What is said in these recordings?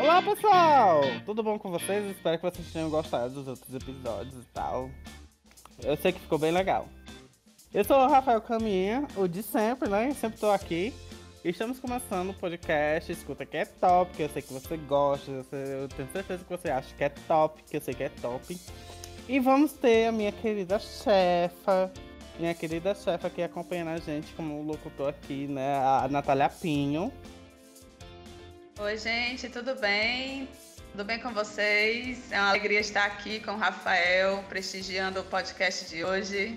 Olá pessoal, tudo bom com vocês? Espero que vocês tenham gostado dos outros episódios e tal. Eu sei que ficou bem legal. Eu sou o Rafael Caminha, o de sempre, né? Eu sempre tô aqui. E estamos começando o podcast Escuta que é top, que eu sei que você gosta, eu tenho certeza que você acha que é top, que eu sei que é top. E vamos ter a minha querida chefa aqui acompanhando a gente como locutor aqui, né? A Natália Pinho. Oi, gente, tudo bem? Tudo bem com vocês? É uma alegria estar aqui com o Rafael, prestigiando o podcast de hoje.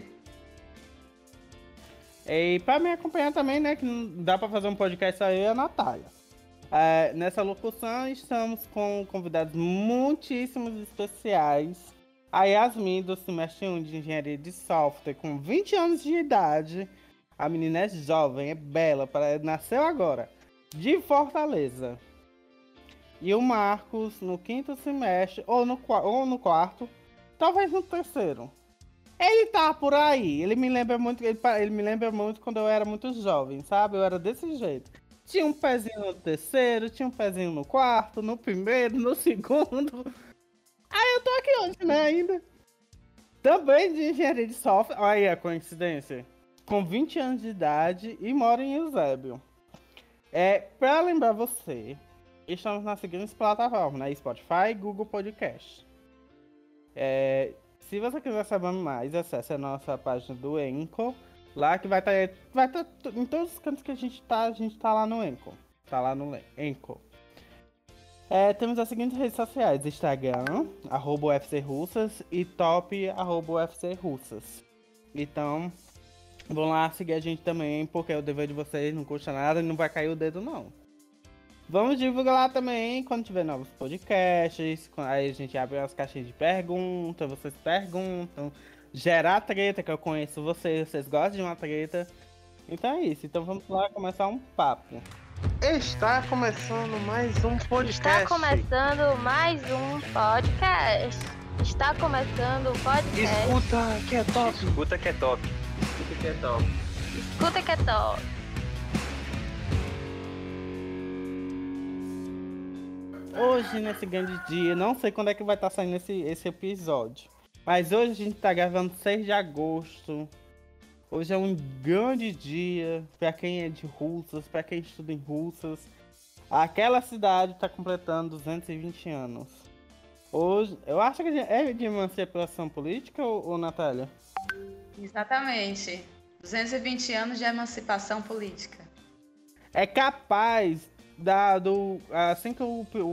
E para me acompanhar também, né? Que não dá para fazer um podcast só eu e a Natália. Nessa locução estamos com convidados muitíssimos especiais. A Yasmin, do semestre 1 de Engenharia de Software, com 20 anos de idade. A menina é jovem, é bela, nasceu agora, de Fortaleza. E o Marcos, no quinto semestre, ou no quarto, talvez no terceiro. Ele tá por aí, ele me lembra muito quando eu era muito jovem, sabe? Eu era desse jeito. Tinha um pezinho no terceiro, tinha um pezinho no quarto, no primeiro, no segundo. Aí eu tô aqui hoje, né, ainda. Também de engenharia de software, olha aí a coincidência. Com 20 anos de idade e moro em Eusébio. Pra lembrar você, estamos nas seguintes plataformas, né? Spotify, Google Podcast. Se você quiser saber mais, acesse a nossa página do Anchor. Lá que vai estar em todos os cantos que a gente tá lá no Anchor. Tá lá no Anchor. Temos as seguintes redes sociais: Instagram, @UFCRussas e top @UFCRussas. Então, vão lá seguir a gente também, porque o dever de vocês não custa nada e não vai cair o dedo, não. Vamos divulgar lá também quando tiver novos podcasts. Aí a gente abre as caixinhas de perguntas, vocês perguntam. Gerar treta, que eu conheço vocês gostam de uma treta. Então é isso, então vamos lá começar um papo. Está começando mais um podcast. Está começando mais um podcast. Está começando o podcast. Escuta que é top. Escuta que é top. Escuta que é top. Escuta que é top. Hoje, nesse grande dia, não sei quando é que vai estar saindo esse episódio. Mas hoje a gente tá gravando 6 de agosto. Hoje é um grande dia para quem é de Russas, para quem estuda em Russas. Aquela cidade está completando 220 anos. Hoje, eu acho que é de emancipação política ou Natália? Exatamente. 220 anos de emancipação política. É capaz assim que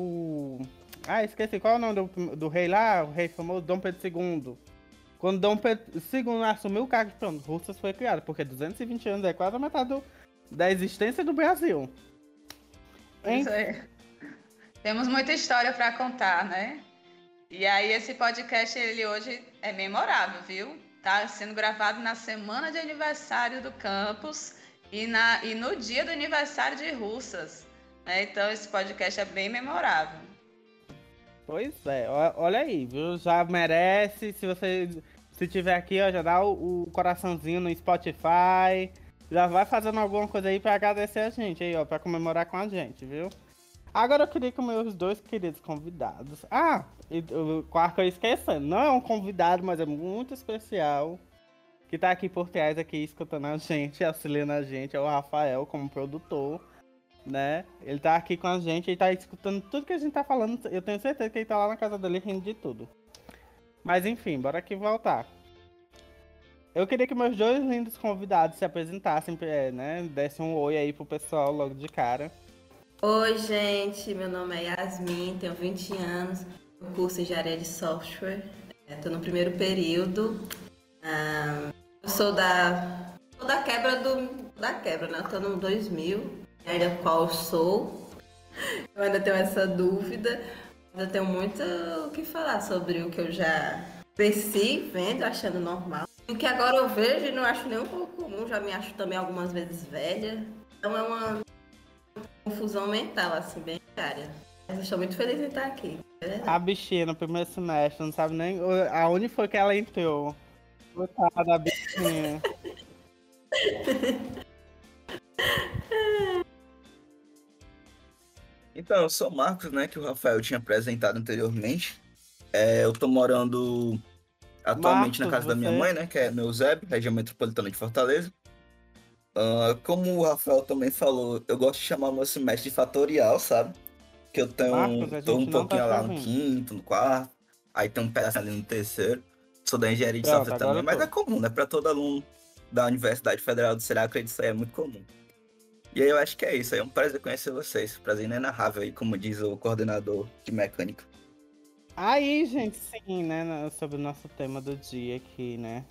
esqueci qual é o nome do rei lá, o rei famoso, Dom Pedro II. Quando Dom Pedro II assumiu o cargo, pronto, Russas foi criado, porque 220 anos é quase a metade da existência do Brasil. Isso aí. Temos muita história para contar, né? E aí esse podcast, ele hoje é memorável, viu? Tá sendo gravado na semana de aniversário do campus e no dia do aniversário de Russas, né? Então esse podcast é bem memorável. Pois é, olha aí, viu? Já merece. Se tiver aqui, ó, já dá o coraçãozinho no Spotify. Já vai fazendo alguma coisa aí pra agradecer a gente aí, ó, pra comemorar com a gente, viu? Agora eu queria que meus dois queridos convidados. O quarto eu esquecendo, não é um convidado, mas é muito especial. Que tá aqui por trás, aqui, escutando a gente, auxiliando a gente, é o Rafael, como produtor. Né? Ele tá aqui com a gente, ele tá escutando tudo que a gente tá falando. Eu tenho certeza que ele tá lá na casa dele rindo de tudo. Mas enfim, bora aqui voltar. Eu queria que meus dois lindos convidados se apresentassem, né? Dessem um oi aí pro pessoal logo de cara. Oi, gente, meu nome é Yasmin, tenho 20 anos, eu curso Engenharia de Software, estou no primeiro período. Eu sou da quebra, né? Estou no 2000. Ainda qual sou, eu ainda tenho essa dúvida, mas eu tenho muito o que falar sobre o que eu já cresci vendo, achando normal. E o que agora eu vejo e não acho nem um pouco comum, já me acho também algumas vezes velha. Então é uma confusão mental, assim, bem séria. Mas eu estou muito feliz em estar aqui. A bichinha no primeiro semestre, não sabe nem aonde foi que ela entrou. Coitada da bichinha. Então, eu sou o Marcos, né, que o Rafael tinha apresentado anteriormente. Eu tô morando atualmente na Marcos, casa da minha você. mãe, né, que é no Eusébio, região metropolitana de Fortaleza. Como o Rafael também falou, eu gosto de chamar meu semestre de fatorial, sabe? Que eu Marcos, a tô um gente não tá pouquinho te lá no ouvindo. quinto, no quarto, aí tem um pedaço ali no terceiro. Sou da engenharia de Pronto, software agora também, eu mas é tô. comum, né? Para todo aluno da Universidade Federal do Ceará, acredito que isso aí é muito comum. E aí eu acho que é isso, é um prazer conhecer vocês, prazer inenarrável aí, como diz o coordenador de mecânica. Aí, gente, sim, né? Sobre o nosso tema do dia aqui, né?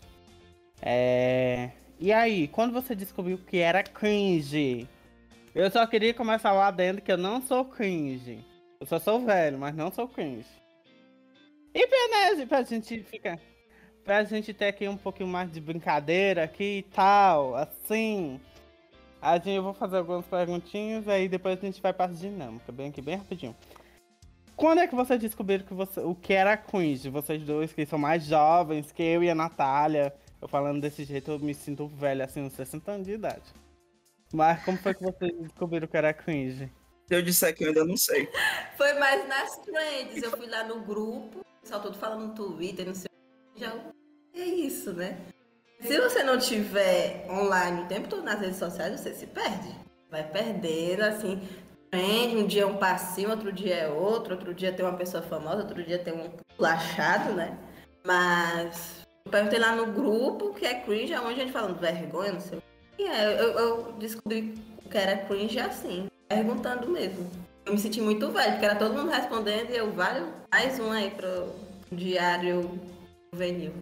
E aí, quando você descobriu que era cringe? Eu só queria começar lá dentro que eu não sou cringe. Eu só sou velho, mas não sou cringe. E Penese, pra gente ter aqui um pouquinho mais de brincadeira aqui e tal, assim. Eu vou fazer algumas perguntinhas, aí depois a gente vai para a dinâmica, bem aqui, bem rapidinho. Quando é que vocês descobriram o que era cringe? Vocês dois que são mais jovens que eu e a Natália. Eu falando desse jeito, eu me sinto velho, assim, uns 60 anos de idade. Mas como foi que vocês descobriram que era cringe? Se eu disser que eu ainda não sei. Foi mais nas trends. Eu fui lá no grupo, o pessoal todo falando no Twitter, não sei o que. Já é isso, né? Se você não tiver online o tempo todo nas redes sociais, você se perde. Vai perdendo, assim, trend, um dia é um passinho, outro dia é outro dia tem uma pessoa famosa, outro dia tem um achado, né? Mas eu perguntei lá no grupo que é cringe, onde a gente falando vergonha, não sei o que. Eu descobri que era cringe assim, perguntando mesmo. Eu me senti muito velho, porque era todo mundo respondendo e eu, vale mais um aí pro diário juvenil.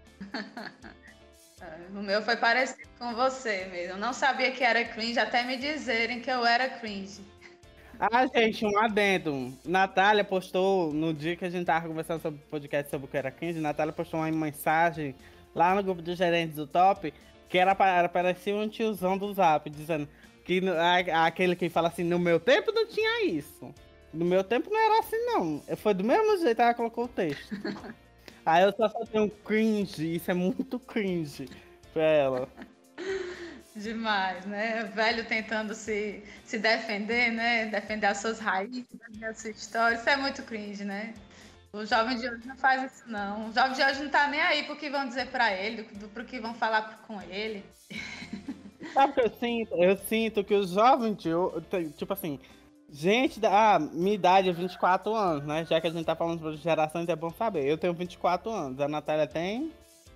O meu foi parecido com você mesmo. Eu não sabia que era cringe até me dizerem que eu era cringe. Ah, gente, um adendo. Natália postou, no dia que a gente tava conversando sobre o podcast sobre o que era cringe, Natália postou uma mensagem lá no grupo dos gerentes do Top, que parecia um tiozão do Zap, dizendo que aquele que fala assim, no meu tempo não tinha isso. No meu tempo não era assim, não. Foi do mesmo jeito, ela colocou o texto. Aí eu só tenho um cringe, isso é muito cringe pra ela. Demais, né? Velho tentando se defender, né? Defender as suas raízes, defender a sua história. Isso é muito cringe, né? O jovem de hoje não faz isso, não. O jovem de hoje não tá nem aí pro que vão dizer pra ele, pro que vão falar com ele. Sabe o que eu sinto? Eu sinto que os jovens, tipo assim, gente minha idade é 24 anos, né? Já que a gente tá falando sobre gerações, é bom saber. Eu tenho 24 anos, a Natália tem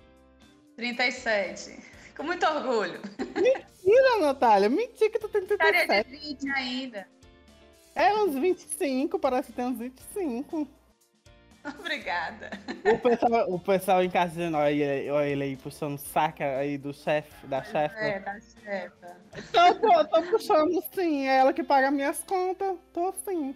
37. Com muito orgulho. Mentira, Natália, mentira que tu tem Estaria 37. de 20 ainda. É uns 25, parece que tem uns 25. Obrigada. O pessoal em casa dizendo, olha ele aí puxando saca aí do chefe, da chefe. Da chefa. Tô puxando sim, é ela que paga minhas contas, tô sim.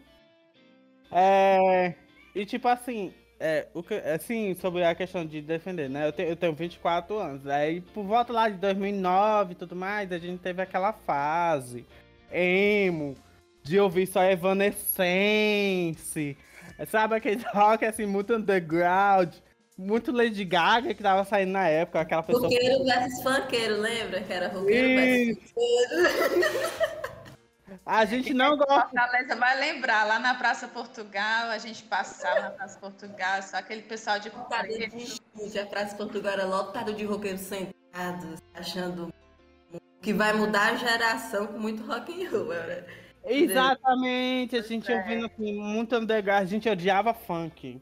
E tipo assim, assim, sobre a questão de defender, né? Eu tenho 24 anos, aí por volta lá de 2009 e tudo mais, a gente teve aquela fase emo, de ouvir só Evanescence, sabe aquele rock assim, muito underground, muito Lady Gaga que tava saindo na época, aquela pessoa... Roqueiro versus funkeiro, lembra? Que era roqueiro versus funkeiro. A gente não gosta... Fortaleza vai lembrar, lá na Praça Portugal, a gente passava na Praça Portugal, só aquele pessoal de a Praça Portugal era lotado de roqueiros sentados, achando que vai mudar a geração com muito rock and roll. Exatamente, a gente ouvindo assim, muito underground, a gente odiava funk.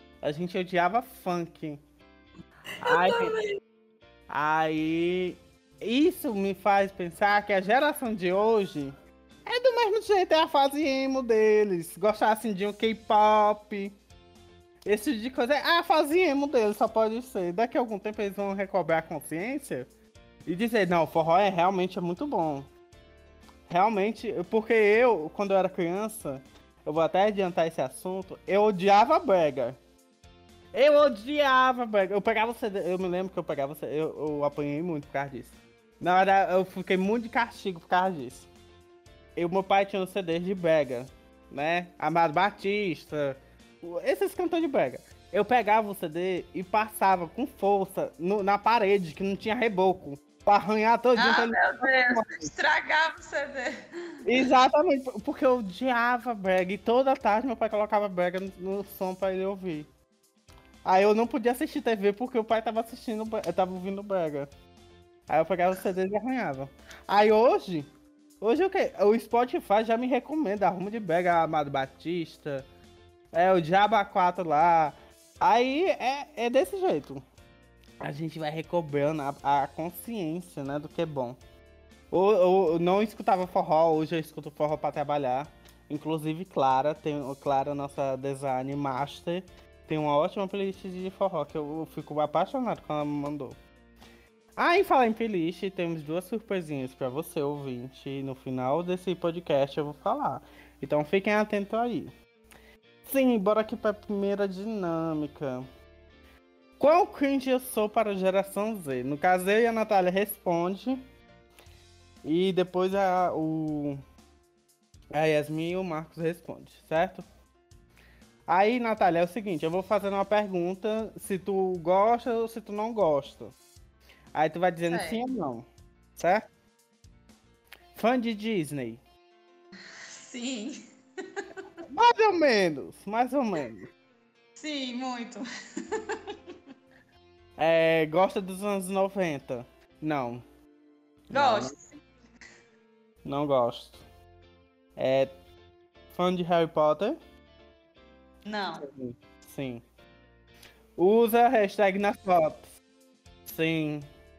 Aí, isso me faz pensar que a geração de hoje é do mesmo jeito, é a fase emo deles. Gostar assim de um K-pop, esse tipo de coisa. É a fase emo deles, só pode ser. Daqui a algum tempo eles vão recobrar a consciência e dizer, não, o forró realmente é muito bom. Realmente, porque quando eu era criança, eu vou até adiantar esse assunto, eu odiava brega. Eu pegava o CD, eu me lembro que eu pegava o CD, eu apanhei muito por causa disso. Na verdade, eu fiquei muito de castigo por causa disso. Meu pai tinha um CD de brega, né? Amado Batista, esses cantores de brega. Eu pegava o CD e passava com força na parede, que não tinha reboco. Pra arranhar todo dia. Ah, meu Deus, estragava o CD. Exatamente, porque eu odiava brega. E toda tarde meu pai colocava brega no som pra ele ouvir. Aí eu não podia assistir TV porque o pai tava tava ouvindo brega. Aí eu pegava o CD e arranhava. Aí hoje o quê? O Spotify já me recomenda Arrumo de Brega, Amado Batista, o Diaba 4 lá. Aí é desse jeito. A gente vai recobrando a consciência, né, do que é bom. Eu não escutava forró, hoje eu escuto forró pra trabalhar. Inclusive Clara, nossa design master, tem uma ótima playlist de forró que eu fico apaixonado quando ela me mandou. Em falar em playlist, temos 2 surpresinhas pra você, ouvinte. No final desse podcast eu vou falar. Então fiquem atentos aí. Sim, bora aqui pra primeira dinâmica. Qual cringe eu sou para a geração Z? No caso, eu e a Natália responde. E depois a Yasmin e o Marcos respondem, certo? Aí, Natália, é o seguinte, eu vou fazer uma pergunta se tu gosta ou se tu não gosta. Aí tu vai dizendo sim ou não, certo? Fã de Disney? Sim. Mais ou menos. Sim, muito. Gosta dos anos 90? Não. Gosto. Não gosto. Fã de Harry Potter? Não. Sim. Usa hashtag nas fotos? Sim.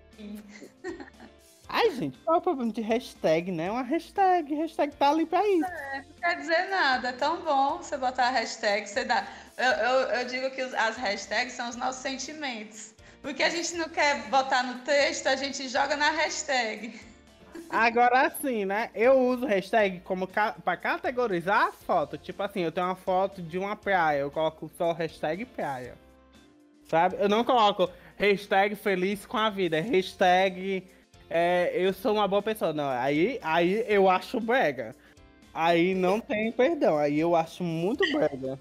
Ai, gente, qual é o problema de hashtag, né? Uma hashtag tá ali pra isso. Não quer dizer nada, é tão bom você botar a hashtag, você dá. Eu digo que as hashtags são os nossos sentimentos. Porque a gente não quer botar no texto, a gente joga na hashtag. Agora sim, né? Eu uso hashtag como pra categorizar a foto. Tipo assim, eu tenho uma foto de uma praia, eu coloco só hashtag praia. Sabe? Eu não coloco hashtag feliz com a vida, hashtag eu sou uma boa pessoa. Não, aí eu acho brega. Aí não tem perdão, aí eu acho muito brega.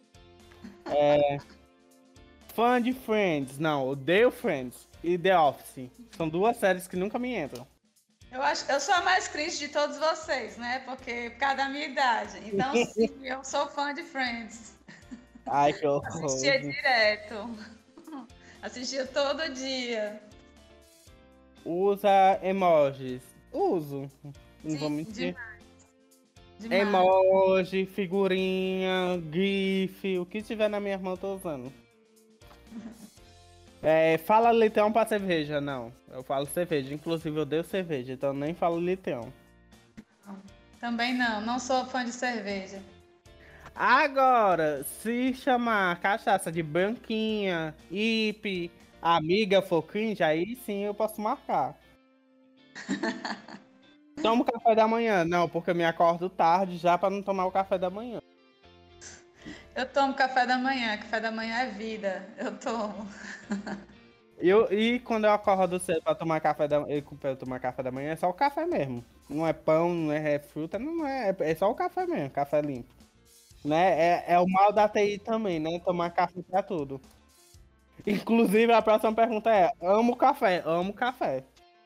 Fã de Friends, não, odeio Friends e The Office. São 2 séries que nunca me entram. Eu sou a mais cringe de todos vocês, né? Porque por causa da minha idade. Então, sim, eu sou fã de Friends. Ai, que horror. Assistia direto. Assistia todo dia. Usa emojis. Uso. Não vou mentir. Demais. Emoji, figurinha, gif, o que tiver na minha mão eu tô usando. Fala leitão pra cerveja, não. Eu falo cerveja, inclusive eu odeio cerveja, então nem falo leitão. Também não sou fã de cerveja. Agora, se chamar cachaça de branquinha, hippie, amiga for cringe, aí sim eu posso marcar. Tomo café da manhã? Não, porque eu me acordo tarde já pra não tomar o café da manhã. Eu tomo café da manhã é vida. Eu tomo. E quando eu acordo cedo pra tomar café da manhã, é só o café mesmo. Não é pão, não é fruta, não é. É só o café mesmo, café limpo. Né? É o mal da TI também, né? Tomar café pra tudo. Inclusive, a próxima pergunta é: amo café, amo café.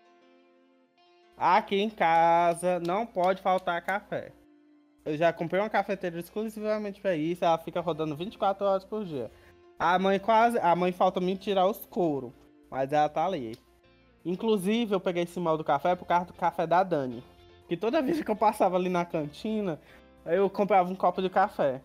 Aqui em casa não pode faltar café. Eu já comprei uma cafeteira exclusivamente pra isso, ela fica rodando 24 horas por dia. A mãe falta me tirar os couros, mas ela tá ali. Inclusive, eu peguei esse mal do café por causa do café da Dani. Que toda vez que eu passava ali na cantina, eu comprava um copo de café.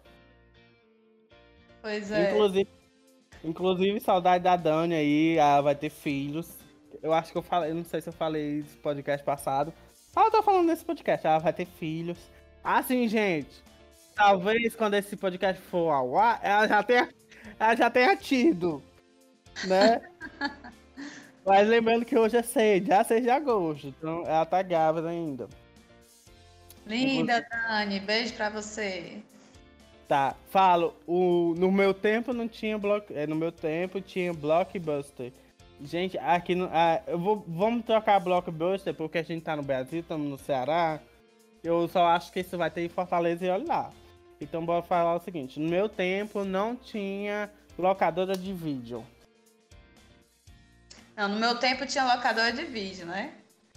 Pois é. Inclusive, saudade da Dani aí, ela vai ter filhos. Eu acho que eu falei, não sei se eu falei nesse podcast passado. Eu tô falando nesse podcast, ela vai ter filhos. Assim, gente, talvez quando esse podcast for ao ar, ela já tenha tido, né? Mas lembrando que hoje é 6 de agosto, então ela tá grávida ainda. Linda, Dani, beijo pra você. Tá, falo, no meu tempo não tinha no meu tempo tinha Blockbuster. Gente, aqui vamos trocar Blockbuster porque a gente tá no Brasil, estamos no Ceará. Eu só acho que isso vai ter em Fortaleza e olha lá. Então bora falar o seguinte, no meu tempo não tinha locadora de vídeo. Não, no meu tempo tinha locadora de vídeo, né?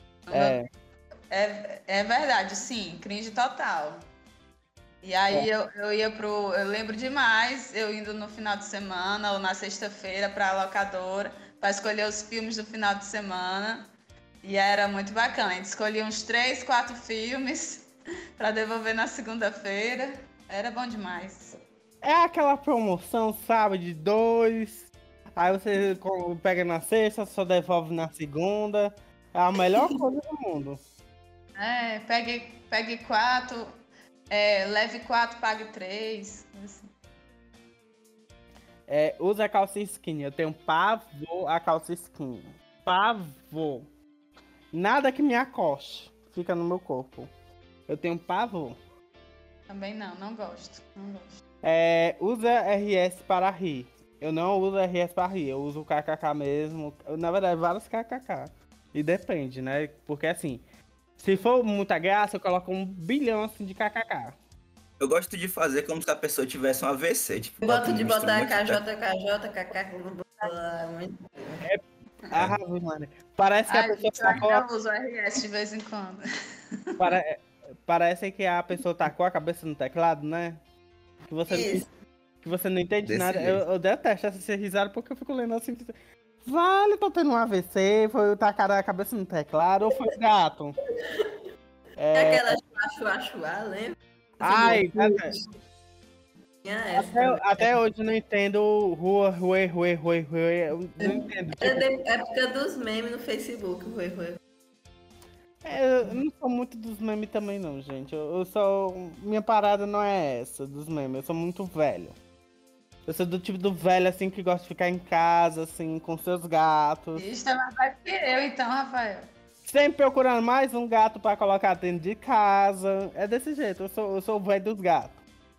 É verdade, sim, cringe total. E aí eu ia eu lembro demais eu indo no final de semana ou na sexta-feira pra locadora para escolher os filmes do final de semana. E era muito bacana. A gente escolhia uns 3, 4 filmes para devolver na segunda-feira. Era bom demais. É aquela promoção, sabe, de 2. Aí você pega na sexta, só devolve na segunda. É a melhor coisa do mundo. Pegue 4, leve 4, pague 3. Assim. Usa a calça skinny. Eu tenho pavor a calça skinny. Pavor. Nada que me acoste fica no meu corpo. Eu tenho pavor. Também não gosto. Não gosto. Usa RS para rir. Eu não uso RS para rir, eu uso o KKK mesmo. Na verdade, vários KKK. E depende, né? Porque assim, se for muita graça, eu coloco 1 bilhão assim de KKK. Eu gosto de fazer como se a pessoa tivesse um AVC. Tipo, Gosto de botar KJ. Arrasou, mano. Parece que a pessoa tacou. Eu uso RS de vez em quando. Parece que a pessoa tacou a cabeça no teclado, né? Que você não entende Desse nada. jeito. Eu detesto essa risada porque eu fico lendo assim. Vale, tô tendo um AVC, foi tacar a cabeça no teclado ou foi o gato? Aquela chua, lembra? Ai, Essa. até hoje eu não entendo rua, eu não entendo. É Tipo, da época dos memes no Facebook, eu não sou muito dos memes também não, gente. Eu sou. Minha parada não é essa dos memes, eu sou muito velho. Eu sou do tipo do velho, assim, que gosta de ficar em casa, assim, com seus gatos. Isso é mais velho que eu, então, Rafael. Sempre procurando mais um gato pra colocar dentro de casa. É desse jeito, eu sou o velho dos gatos.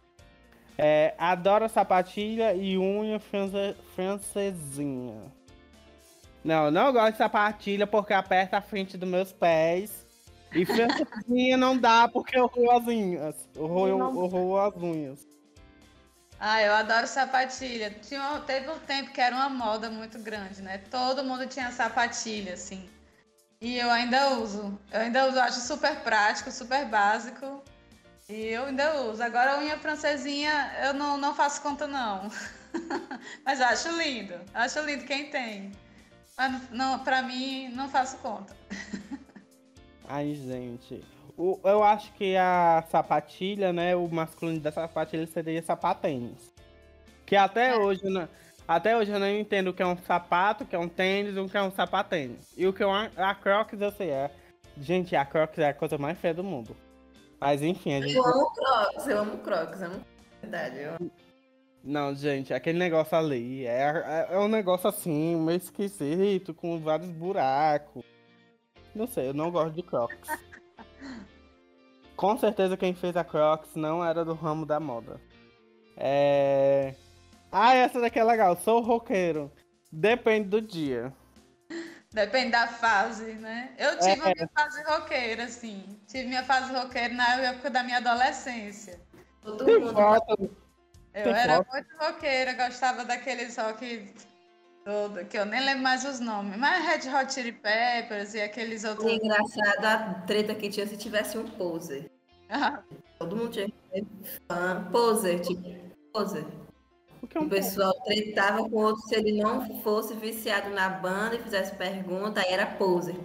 Adoro sapatilha e unha francesinha. Não gosto de sapatilha porque aperta a frente dos meus pés. E francesinha não dá porque eu roo as unhas. Eu roo as unhas. Eu adoro sapatilha. Teve um tempo que era uma moda muito grande, né? Todo mundo tinha sapatilha, assim. E eu ainda uso. Eu acho super prático, super básico. E eu ainda uso. Agora a unha francesinha eu não faço conta, não. Mas acho lindo. Acho lindo quem tem. Mas não, pra mim, não faço conta. Ai, gente. Eu acho que a sapatilha, né? O masculino da sapatilha seria sapatênis. Que até hoje eu não entendo o que é um sapato, o que é um tênis, o que é um sapatênis. E o que é a Crocs, eu sei. Gente, a Crocs é a coisa mais feia do mundo. Mas enfim, a gente. Eu amo Crocs, verdade. Não, gente, aquele negócio ali é um negócio assim, meio esquisito, com vários buracos. Não sei, eu não gosto de Crocs. Com certeza quem fez a Crocs não era do ramo da moda. Essa daqui é legal, sou roqueiro. Depende do dia. Depende da fase, né? Eu tive a minha fase roqueira, assim. Tive minha fase roqueira na época da minha adolescência. Todo mundo. Eu era muito roqueira, gostava daqueles rock todo, que eu nem lembro mais os nomes. Mas Red Hot Chili Peppers e aqueles outros. É engraçado a treta que tinha se tivesse um poser. Todo mundo tinha que ser fã. Poser. O pessoal tretava com o outro se ele não fosse viciado na banda e fizesse pergunta, aí era poser.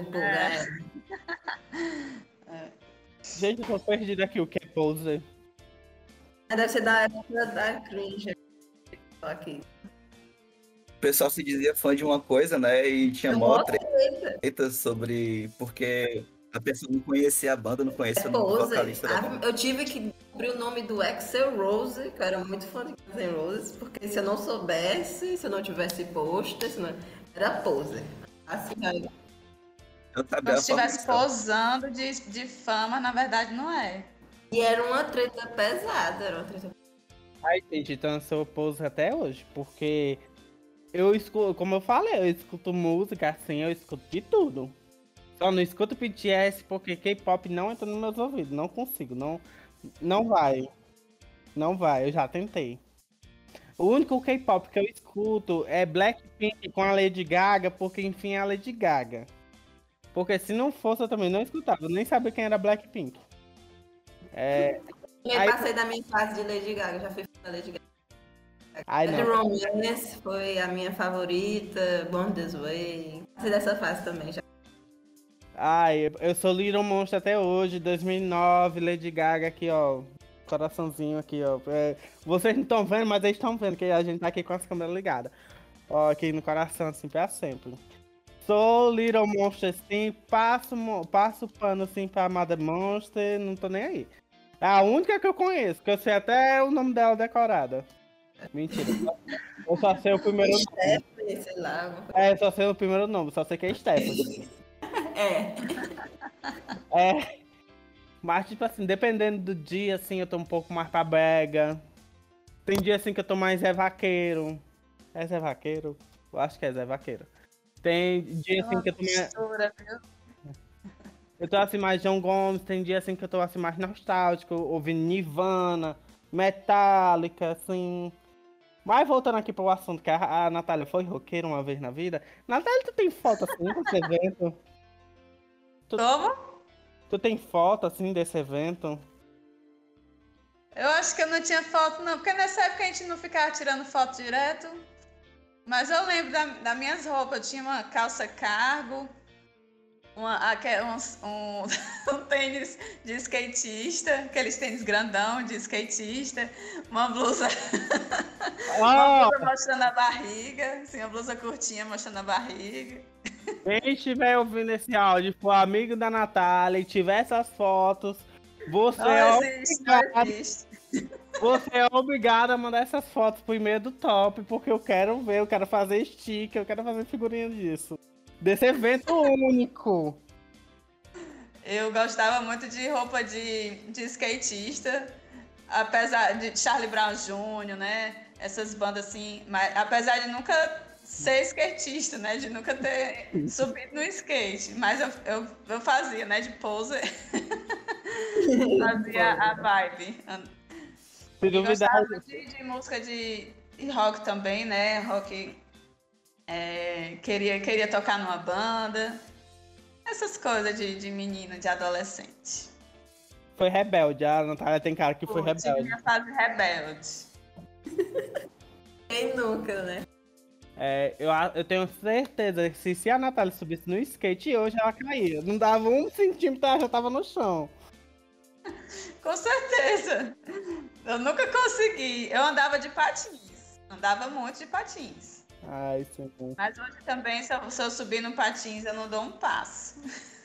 Gente, eu tô perdido aqui, o que é poser? Deve ser da época da cringe. Aqui. O pessoal se dizia fã de uma coisa, né? E tinha mó treta sobre... Porque a pessoa não conhecia a banda, não conhecia o vocalista da banda. Eu tive que descobrir o nome do Axl Rose, que eu era muito fã de Axl Rose, porque se eu não soubesse, se eu não tivesse pôster, era poser. Assim, aí. Como se estivesse posando de fama, na verdade não é. E era uma treta pesada, Ai, gente, então eu sou poser até hoje, porque eu escuto, como eu falei, eu escuto música assim, eu escuto de tudo. Só não escuto BTS porque K-pop não entra nos meus ouvidos, não consigo, não vai, eu já tentei. O único K-pop que eu escuto é Blackpink com a Lady Gaga, porque enfim é a Lady Gaga. Porque se não fosse, eu também não escutava, eu nem sabia quem era Blackpink. Eu Aí- passei da minha fase de Lady Gaga, já fui fã da Lady Gaga. Ai, Bad não. Romance foi a minha favorita, Born This Way. Passei dessa fase também já. Ai, eu sou Little Monster até hoje, 2009, Lady Gaga aqui, ó. Coraçãozinho aqui, ó. Vocês não estão vendo, mas eles estão vendo que a gente tá aqui com as câmeras ligadas. Ó, aqui no coração, assim, pra sempre. Sou Little Monster, sim. Passo pano, assim, pra Mother Monster. Não tô nem aí. É a única que eu conheço, que eu sei até o nome dela decorada. Mentira. Eu só sei o primeiro nome. Stephanie, sei lá. alguma coisa. Só sei o primeiro nome, só sei que é Stephanie. Mas, tipo assim, dependendo do dia, assim, eu tô um pouco mais pra brega. Tem dia, assim, que eu tô mais Zé Vaqueiro. É Zé Vaqueiro? Eu acho que é Zé Vaqueiro. Tem dia, assim, que eu tô mais... Mistura, viu? Eu tô, assim, mais João Gomes. Tem dia, assim, que eu tô, assim, mais nostálgico. Ouvindo Nirvana, Metallica, assim... Mas voltando aqui pro assunto, que a Natália foi roqueira uma vez na vida. Natália, tu tem foto, assim, desse evento? Como? Tu tem foto, assim, desse evento? Eu acho que eu não tinha foto, não, porque nessa época a gente não ficava tirando foto direto. Mas eu lembro das minhas roupas. Eu tinha uma calça cargo, um tênis de skatista, aqueles tênis grandão de skatista, uma blusa, uma blusa mostrando a barriga, assim, uma blusa curtinha mostrando a barriga. Quem estiver ouvindo esse áudio, for amigo da Natália e tiver essas fotos, você Não existe, não existe. você é obrigado a mandar essas fotos pro e-mail do Top, porque eu quero ver, eu quero fazer sticker, eu quero fazer figurinha disso. Desse evento único. Eu gostava muito de roupa de skatista, apesar de Charlie Brown Jr., né? Essas bandas assim, mas apesar de nunca ser skatista, né? De nunca ter subido no skate, mas eu fazia, né? De pose, fazia a vibe. Se E duvidar, gostava de música de rock também, né? Rock. Queria tocar numa banda. Essas coisas de menino, de adolescente. foi rebelde. A Natália tem cara que foi Tive rebelde. minha fase rebelde. Quem nunca, né? Eu tenho certeza que se a Natália subisse no skate hoje, ela caía. Não dava 1 centímetro, ela já tava no chão. Com certeza. Eu nunca consegui. Eu andava de patins. Andava muito de patins. Ai, senhor. Mas hoje também, se eu subir no patins, eu não dou um passo.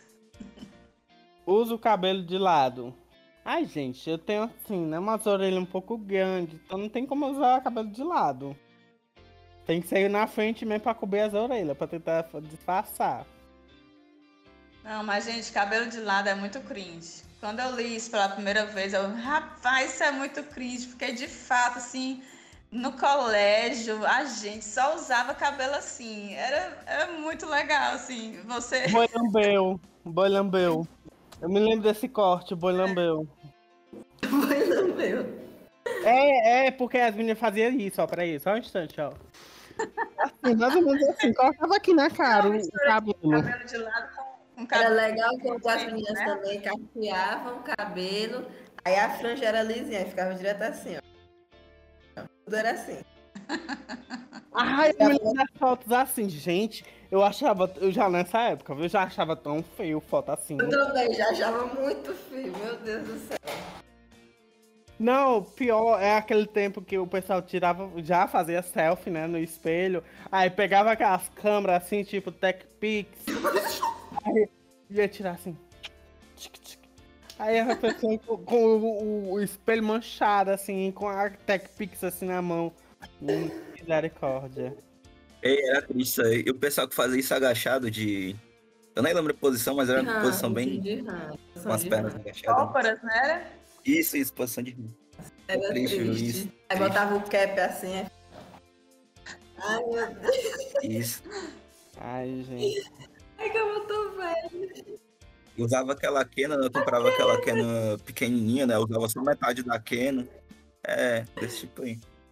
Usa o cabelo de lado. Ai, gente, eu tenho assim, né? Umas orelhas um pouco grandes, então não tem como usar o cabelo de lado. Tem que sair na frente mesmo pra cobrir as orelhas, pra tentar disfarçar. Não, mas, gente, cabelo de lado é muito cringe. Quando eu li isso pela primeira vez, rapaz, isso é muito cringe, porque de fato, assim, no colégio, a gente só usava cabelo assim. Era muito legal, assim, você... Boi lambeu. Eu me lembro desse corte, boi lambeu. Foi não, meu. Porque as meninas faziam isso, ó, peraí, só um instante, ó. Assim, mais ou menos assim, colocava aqui na cara o cabelo. Cabelo de lado com Era cabelo... legal que as meninas né? também cacheavam o cabelo, aí a franja era lisinha, aí ficava direto assim, ó. Tudo era assim. Ai, eu me lembro das fotos assim, gente. Eu já nessa época, eu já achava tão feio foto assim. Eu também já achava muito feio, meu Deus do céu. Não, pior é aquele tempo que o pessoal já fazia selfie, né, no espelho. Aí pegava aquelas câmeras assim, tipo Tech Pix. Aí ia tirar assim. Aí a pessoa com o espelho manchado, assim, com a Tech Pix assim na mão. Misericórdia. Era triste isso aí. E o pessoal que fazia isso agachado de... Eu nem lembro a posição, mas era uma posição bem... Com as pernas agachadas. Óperas, né? Era? Isso, posição de... Era Triste, triste. isso. Aí botava o cap assim, aí... Ai, meu Deus. Isso. Ai, gente. Ai, como eu tô velho. Eu usava aquela Canon, eu comprava aquela Canon pequenininha, né? Eu usava só metade da Canon. Desse tipo aí.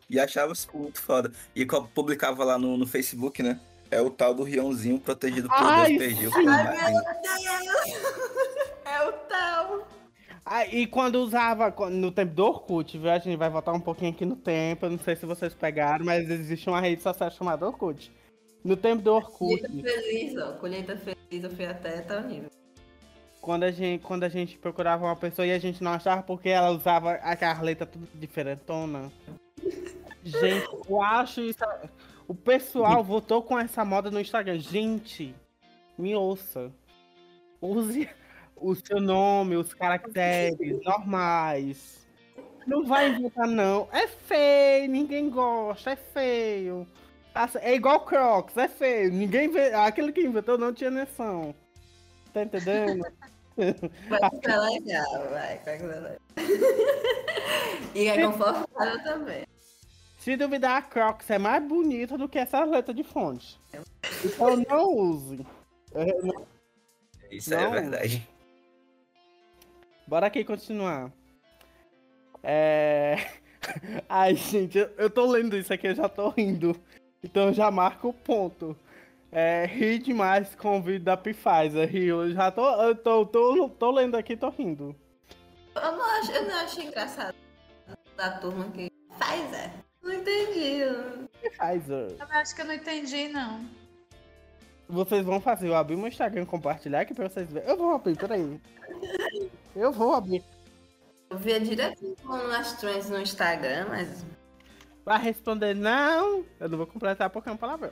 E achava isso muito foda. E publicava lá no Facebook, né? É o tal do Rionzinho protegido por Deus perdiu. sim. Ai, meu Deus! É o tal. E quando usava no tempo do Orkut, viu? A gente vai voltar um pouquinho aqui no tempo. Eu não sei se vocês pegaram, mas existe uma rede social chamada Orkut. No tempo do Orkut. Colheita feliz, ó. Colheita feliz, eu fui até tal nível. Quando a gente procurava uma pessoa e a gente não achava porque ela usava aquela letra tudo diferentona. Gente, eu acho isso. O pessoal voltou com essa moda no Instagram. Gente, me ouça. Use o seu nome, os caracteres normais. Não vai inventar, não. É feio, ninguém gosta, é feio. É igual Crocs, é feio. Aquele que inventou não tinha noção. Tá entendendo? Vai ficar legal, vai ser legal. E é confortável também. Se duvidar, a Crocs é mais bonita do que essa letra de fonte. Então não use. Isso é verdade. Bora aqui continuar. Ai, gente, eu tô lendo isso aqui, eu já tô rindo. Então eu já marco o ponto. Ri demais com o vídeo da Pfizer. Eu já tô lendo aqui e tô rindo. Eu não acho engraçado da turma que faz, Não entendi. Pfizer. Eu acho que eu não entendi, não. Vocês vão fazer eu abrir meu Instagram e compartilhar aqui pra vocês verem. Eu vou abrir, peraí. Eu vou abrir. Eu via direto nas trends no Instagram, mas... Vai responder não. Eu não vou completar porque é um palavrão.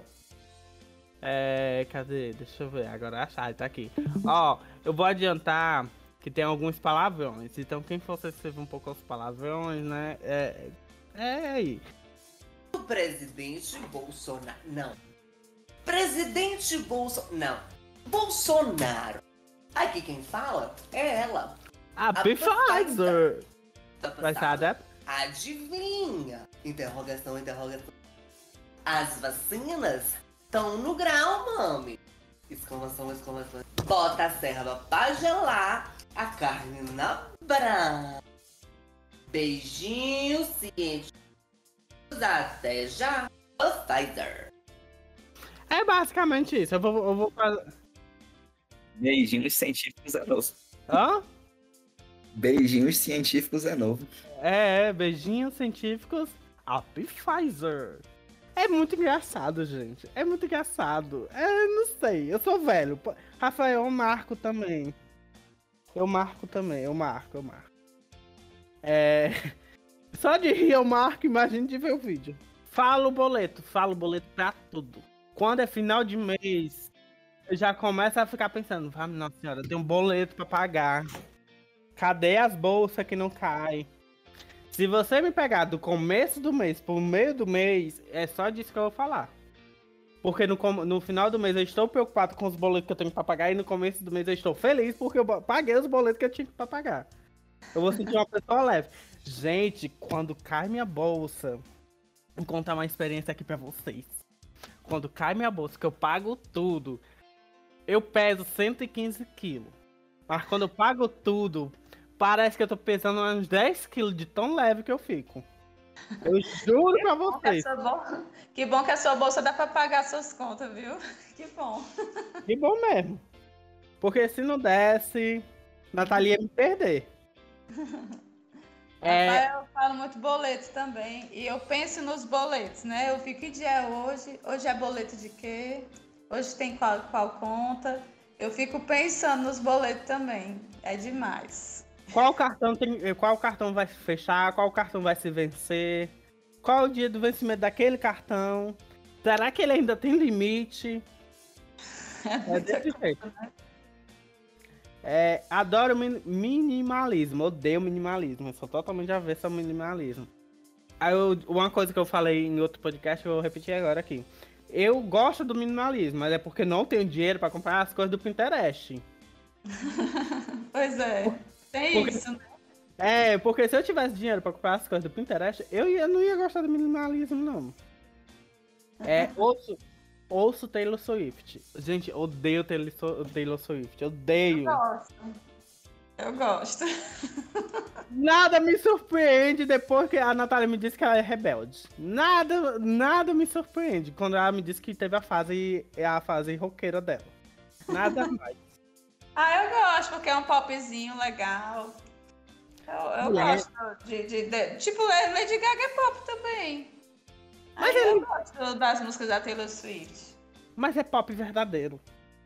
Cadê? Deixa eu ver. Agora achar, tá aqui. Ó, eu vou adiantar que tem alguns palavrões. Então quem for escrever um pouco os palavrões, né? Aí. O presidente Bolsonaro. Não. Presidente Bolsonaro. Não. Bolsonaro. Aqui quem fala é ela. A Pfizer. Passada. Adivinha? Interrogação. As vacinas estão no grau, mami. Exclamação. Bota a serva pra gelar, a carne na brasa. Beijinhos científicos. Até já. Pfizer. É basicamente isso. Eu vou fazer. Beijinhos científicos é novo. Hã? Beijinhos científicos é novo. Beijinhos científicos. A Pfizer. É muito engraçado, gente. É muito engraçado. Não sei. Eu sou velho. Rafael, eu marco também. Eu marco. Só de rir eu marco, imagine de ver o vídeo. Falo boleto pra tudo. Quando é final de mês, eu já começo a ficar pensando, nossa senhora, tem um boleto pra pagar. Cadê as bolsas que não caem? Se você me pegar do começo do mês pro meio do mês, é só disso que eu vou falar. Porque no final do mês eu estou preocupado com os boletos que eu tenho pra pagar e no começo do mês eu estou feliz porque eu paguei os boletos que eu tinha pra pagar. Eu vou sentir uma pessoa leve. Gente, quando cai minha bolsa, vou contar uma experiência aqui pra vocês. Quando cai minha bolsa, que eu pago tudo, eu peso 115 quilos. Mas quando eu pago tudo, parece que eu tô pesando uns 10 quilos de tão leve que eu fico. Eu juro pra vocês. Que bom que a sua bolsa dá pra pagar suas contas, viu? Que bom. Que bom mesmo. Porque se não desse, Natalia ia me perder. Eu falo muito boleto também. E eu penso nos boletos, né? Eu fico, que dia é hoje? Hoje é boleto de quê? Hoje tem qual conta? Eu fico pensando nos boletos também. É demais. Qual cartão vai fechar? Qual cartão vai se vencer? Qual o dia do vencimento daquele cartão? Será que ele ainda tem limite? É desse jeito. Adoro minimalismo, odeio minimalismo. Eu sou totalmente avesso ao minimalismo. Uma coisa que eu falei em outro podcast, eu vou repetir agora aqui. Eu gosto do minimalismo, mas é porque não tenho dinheiro pra comprar as coisas do Pinterest. Pois é, tem isso, né? Porque se eu tivesse dinheiro pra comprar as coisas do Pinterest, eu não ia gostar do minimalismo, não. Ouço Taylor Swift. Gente, odeio Taylor Swift. Odeio. Eu gosto. Nada me surpreende depois que a Natália me disse que ela é rebelde. Nada me surpreende quando ela me disse que teve a fase roqueira dela. Nada mais. Eu gosto, porque é um popzinho legal. Eu gosto de. Tipo, Lady Gaga é pop também. Mas eu gosto das músicas da Taylor Swift. Mas é pop verdadeiro.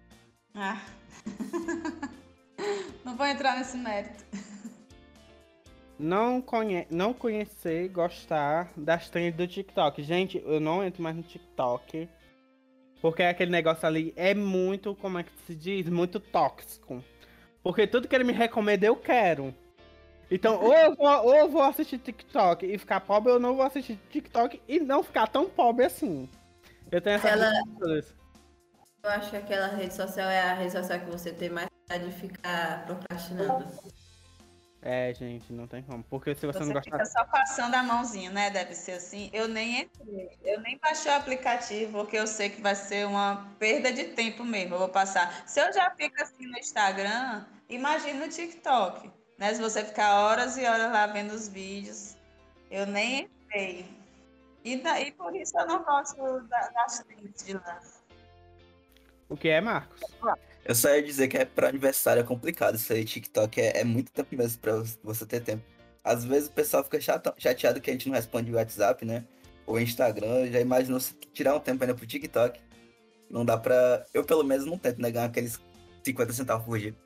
Não vou entrar nesse mérito. Não conhecer, gostar das trends do TikTok. Gente, eu não entro mais no TikTok. Porque aquele negócio ali é muito, como é que se diz? Muito tóxico. Porque tudo que ele me recomenda eu quero. Então, ou eu vou assistir TikTok e ficar pobre, ou eu não vou assistir TikTok e não ficar tão pobre assim. Eu tenho essa Eu acho que aquela rede social é a rede social que você tem mais vontade de ficar procrastinando. É, gente, não tem como. Porque se você não gostar... fica só passando a mãozinha, né? Deve ser assim. Eu nem entrei. Eu nem baixei o aplicativo, porque eu sei que vai ser uma perda de tempo mesmo. Eu vou passar. Se eu já fico assim no Instagram, imagina no TikTok. Né? Se você ficar horas e horas lá vendo os vídeos. Eu nem entrei. E por isso eu não gosto das trends de lá. O que é, Marcos? Eu só ia dizer que para aniversário é complicado isso aí. TikTok é muito tempo mesmo pra você ter tempo. Às vezes o pessoal fica chateado que a gente não responde o WhatsApp, né? Ou Instagram. Já imaginou se tirar um tempo ainda pro TikTok? Não dá pra... Eu, pelo menos, não tento negar aqueles 50 centavos por dia.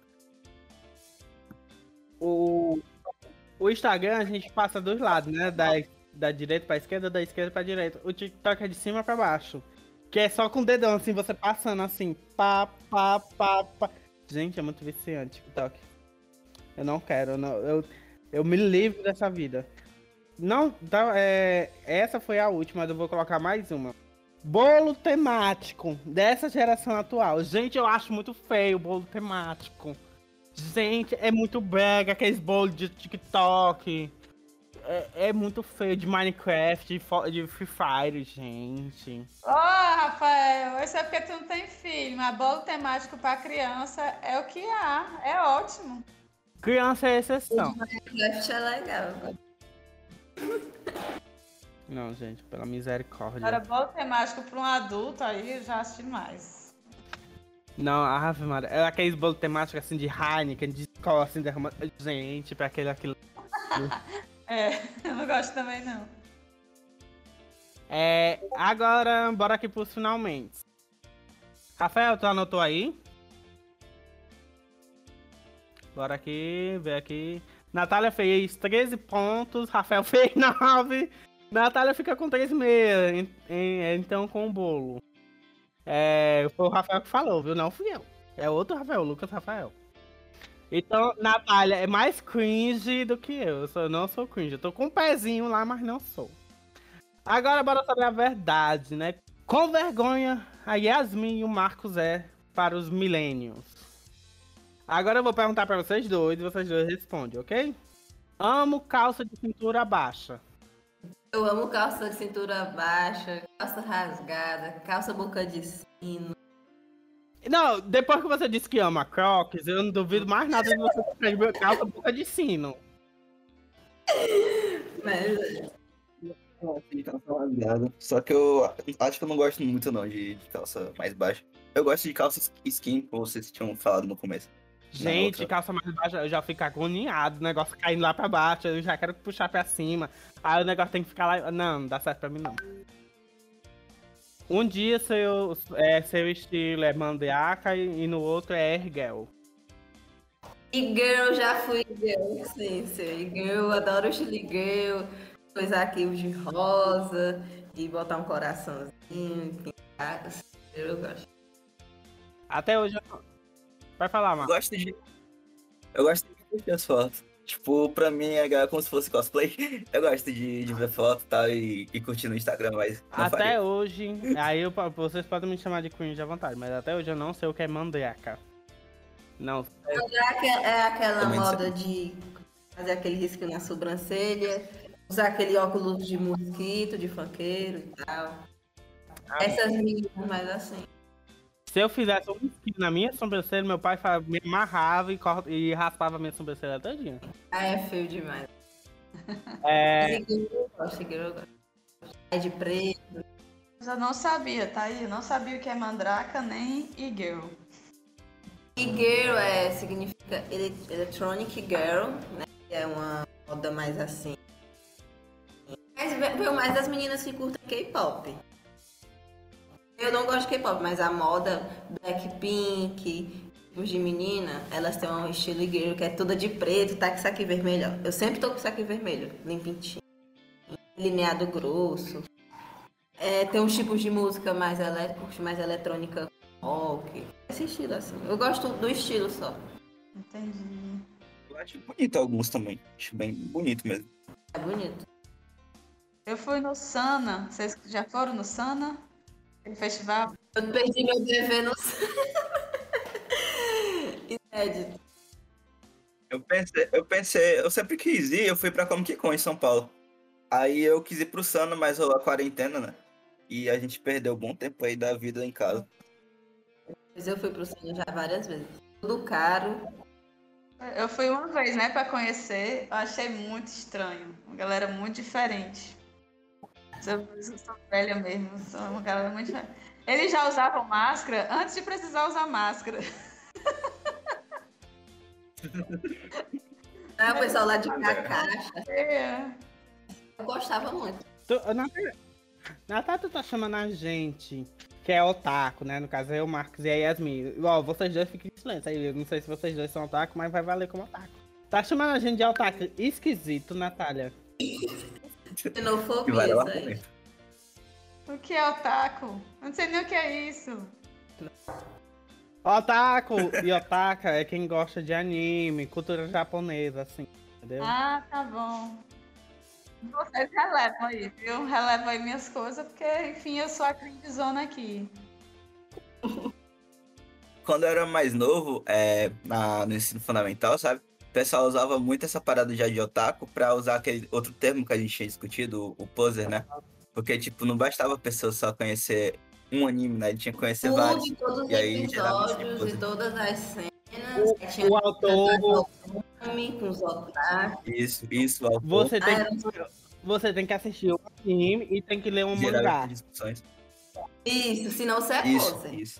O Instagram a gente passa dos lados, né? Da direita pra esquerda, da esquerda pra direita. O TikTok é de cima pra baixo. Que é só com o dedão, assim, você passando assim. Pá. Gente, é muito viciante TikTok. Eu não quero, eu me livro dessa vida. Não, então, essa foi a última, mas eu vou colocar mais uma. Bolo temático dessa geração atual. Gente, eu acho muito feio o bolo temático. Gente, é muito brega, aqueles bolos de TikTok. É muito feio, de Minecraft, de Free Fire, gente. Rafael, isso é porque tu não tem filho, mas bolo temático pra criança é o que há, é ótimo. Criança é exceção. Minecraft é legal. Não, gente, pela misericórdia. Agora, bolo temático pra um adulto, aí eu já acho demais. Não, Ave Maria, é aqueles bolos temáticos assim de Heineken, de escola, assim, derramando. Gente, pra aquilo. Eu não gosto também, não. Agora, bora aqui pros finalmente. Rafael, tu anotou aí? Bora aqui, ver aqui. Natália fez 13 pontos, Rafael fez 9. Natália fica com 3,5, então com o bolo. Foi o Rafael que falou, viu? Não fui eu. É outro Rafael, Lucas Rafael. Então, Natália é mais cringe do que eu. Eu não sou cringe. Eu tô com um pezinho lá, mas não sou. Agora, bora saber a verdade, né? Com vergonha, a Yasmin e o Marcos para os millennials. Agora eu vou perguntar pra vocês dois e vocês dois respondem, ok? Amo calça de cintura baixa. Eu amo calça de cintura baixa, calça rasgada, calça boca de sino. Não, depois que você disse que ama Crocs, eu não duvido mais nada de você ter calça boca de sino. Mas... De calça rasgada. Só que eu acho que eu não gosto muito não de calça mais baixa. Eu gosto de calça skin, como vocês tinham falado no começo. Gente, calça mais baixa, eu já fico agoniado, o negócio caindo lá pra baixo, eu já quero puxar pra cima. Aí o negócio tem que ficar lá. Não dá certo pra mim não. Um dia seu estilo é mandioca e no outro é erguel. E girl, já fui girl, sim. E girl, adoro o estilo girl. Coisar aqui de rosa e botar um coraçãozinho. Eu gosto. Até hoje eu não. Vai falar, Marcos. Eu gosto de curtir as fotos. Tipo, pra mim é como se fosse cosplay. Eu gosto de ver foto e tal e curtir no Instagram, mas não até faria. Hoje, vocês podem me chamar de cringe à vontade, mas até hoje eu não sei o que é mandioca. Não sei. Mandioca é aquela Também moda de fazer aquele risco na sobrancelha, usar aquele óculos de mosquito, de funkeiro e tal. Essas meninas mais assim. Se eu fizesse um risquinho na minha sobrancelha, meu pai me amarrava e raspava a minha sobrancelha todinha. Ah, é feio demais. É, Eu gosto. É de preto. Eu não sabia, tá aí? Eu não sabia o que é mandraka nem e-girl. E-girl significa electronic girl, né? É uma moda mais assim. Mas veio mais das meninas que curtem K-pop. Eu não gosto de K-pop, mas a moda Blackpink, tipos de menina, elas têm um estilo girl que é toda de preto, tá com saque vermelho. Eu sempre tô com saque vermelho, limpinho, lineado grosso. Tem uns tipos de música mais elétrica, mais eletrônica, rock. Esse estilo assim. Eu gosto do estilo só. Entendi. Eu acho bonito alguns também. Acho bem bonito mesmo. É bonito. Eu fui no Sana. Vocês já foram no Sana? Aquele festival? Eu perdi meu dever no inédito. Eu sempre quis ir, eu fui pra Comic Con em São Paulo. Aí eu quis ir pro Sana, mas rolou a quarentena, né? E a gente perdeu um bom tempo aí da vida em casa. Mas eu fui pro cinema já várias vezes. Tudo caro. Eu fui uma vez, né, pra conhecer. Eu achei muito estranho. Uma galera muito diferente. Eu sou velha mesmo. Sou uma galera muito diferente. Eles já usavam máscara antes de precisar usar máscara. O pessoal lá de caixa. É. Eu gostava muito. Natália, tu tá chamando a gente, que é otaku, né? No caso, eu, o Marcos e a Yasmin. Ó, vocês dois fiquem em silêncio. Aí, eu não sei se vocês dois são otaku, mas vai valer como otaku. Tá chamando a gente de otaku esquisito, Natália. Xenofobia, Vale isso o aí. argumento. O que é otaku? Eu não sei nem o que é isso. Otaku e otaka é quem gosta de anime, cultura japonesa, assim, entendeu? Ah, tá bom. Vocês relevam aí, viu? Relevam aí minhas coisas, porque, enfim, eu sou a crindzona aqui. Quando eu era mais novo, no ensino fundamental, sabe? O pessoal usava muito essa parada já de otaku pra usar aquele outro termo que a gente tinha discutido, o poser, né? Porque, tipo, não bastava a pessoa só conhecer um anime, né? Ele tinha que conhecer vários. Tudo, todos os E aí, geralmente, episódios poser. e todas as cenas. O- Tinha o autor- com os otaku. Isso, ao Você tem que assistir o anime e tem que ler um gerar mangá. essas discussões. Isso, senão você é Isso, poser. isso.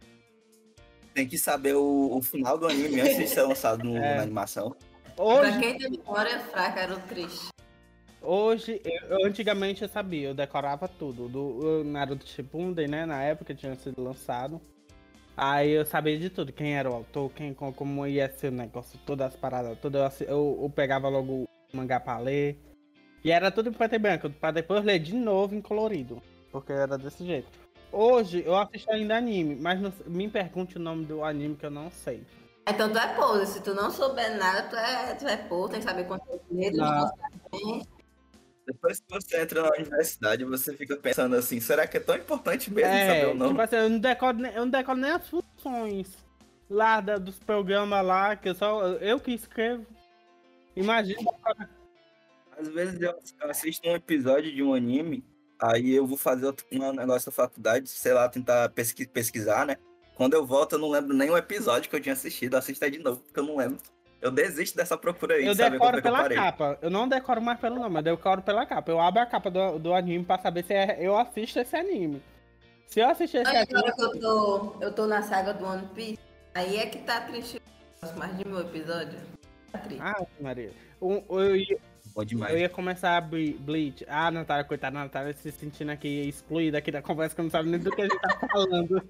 Tem que saber o final do anime antes de ser lançado na animação. Pra Hoje, quem tem memória fraca, era o triste. antigamente eu sabia, eu decorava tudo. Do Naruto Shippuden, né? Na época tinha sido lançado. Aí eu sabia de tudo, quem era o autor, como ia ser o negócio, todas as paradas, tudo. Eu pegava logo o mangá pra ler. E era tudo em preto e branco, pra depois ler de novo em colorido. Porque era desse jeito. Hoje eu assisto ainda anime, mas me pergunte o nome do anime que eu não sei. Então tu é poser. Se tu não souber nada, tu é poser, tem que saber quanto é medo, Não. Depois que você entra na universidade, você fica pensando assim, será que é tão importante mesmo saber o nome? Tipo assim, eu não decoro nem as funções lá dos programas lá, que eu que escrevo. Imagina. Às vezes eu assisto um episódio de um anime, aí eu vou fazer um negócio da faculdade, sei lá, tentar pesquisar, né? Quando eu volto, eu não lembro nenhum episódio que eu tinha assistido, assisto aí de novo, porque eu não lembro. Eu desisto dessa procura aí, Eu de saber como decoro é que eu pela parei. capa. Eu não decoro mais pelo nome, eu decoro pela capa. Eu abro a capa do anime pra saber se eu assisto esse anime. Se eu assistir esse Olha, anime. agora que eu tô na saga do One Piece, aí é que tá triste. Mais de 1000 episódios. Tá triste. Ah, Maria. Bom demais. Eu ia começar a Bleach. Ah, Natália, coitada, a Natália se sentindo aqui excluída aqui da conversa, que não sabe nem do que a gente tá falando.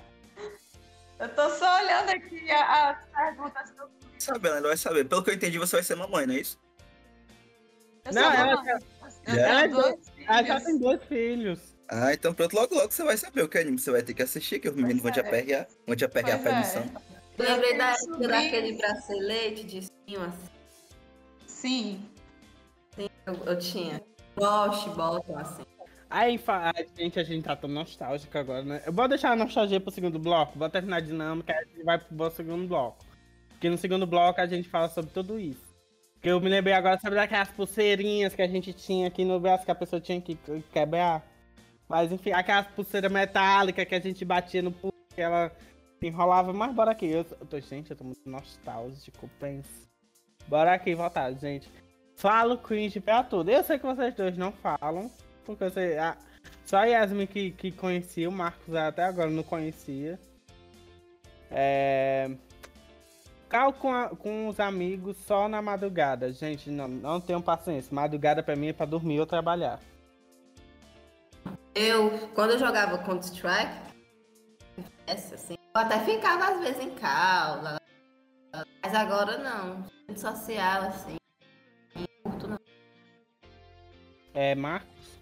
Eu tô só olhando aqui as perguntas que eu fiz. Sabe, ela vai saber. Pelo que eu entendi, você vai ser mamãe, não é isso? Eu Não, sou ela mamãe. Eu já- tenho 2 Ela já filhos. tem 2 filhos. Ah, então pronto, logo você vai saber o que anime você vai ter que assistir, que os meninos vão te aperrear, vão te aperrear a Pois é. permissão. Eu lembrei tenho época sobrinhos. daquele bracelete de cima, assim. Sim. Eu tinha. Wash, bottom, assim. Aí, a gente tá tão nostálgico agora, né? Eu vou deixar a nostalgia pro segundo bloco, vou terminar a dinâmica, aí a gente vai pro segundo bloco. Porque no segundo bloco a gente fala sobre tudo isso. Porque eu me lembrei agora sobre aquelas pulseirinhas que a gente tinha aqui no braço, que a pessoa tinha que quebrar. Mas enfim, aquelas pulseiras metálicas que a gente batia no pulso que ela se enrolava, mas bora aqui. Gente, eu tô muito nostálgico, penso. Bora aqui voltar, gente. Falo cringe pra tudo. Eu sei que vocês dois não falam, porque só a Yasmin que conhecia, o Marcos até agora não conhecia. Cal com os amigos só na madrugada. Gente, não tenho paciência. Madrugada pra mim é pra dormir ou trabalhar. Quando eu jogava Counter-Strike, assim, eu até ficava às vezes em cal, mas agora não. Rede social, assim, não curto não. Marcos?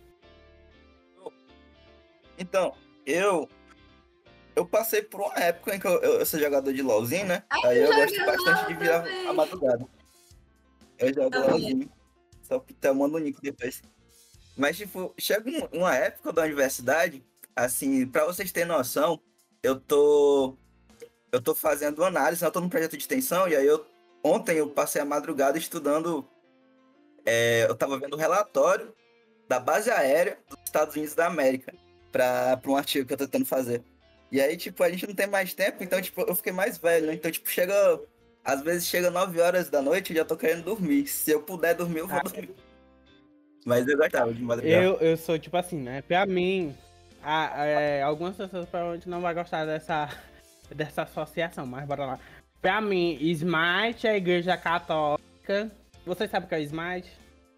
Então, eu passei por uma época em que eu sou jogador de LOLzinho, né? Aí eu gosto bastante de virar a madrugada. Eu jogo LOLzinho. Só que eu mando o nick depois. Mas, tipo, chega uma época da universidade, assim, pra vocês terem noção, eu tô fazendo análise, eu tô num projeto de extensão, e aí ontem eu passei a madrugada estudando, eu tava vendo o relatório da base aérea dos Estados Unidos da América, pra um artigo que eu tô tentando fazer. E aí, tipo, a gente não tem mais tempo, então, tipo, eu fiquei mais velho, né? Então, tipo, às vezes chega 9 horas da noite e já tô querendo dormir. Se eu puder dormir, eu vou dormir. Mas eu gostava de madrugada. Eu sou, tipo assim, né? Pra mim, algumas pessoas provavelmente não vão gostar dessa associação, mas bora lá. Pra mim, Smite é a igreja católica. Vocês sabem o que é Smite?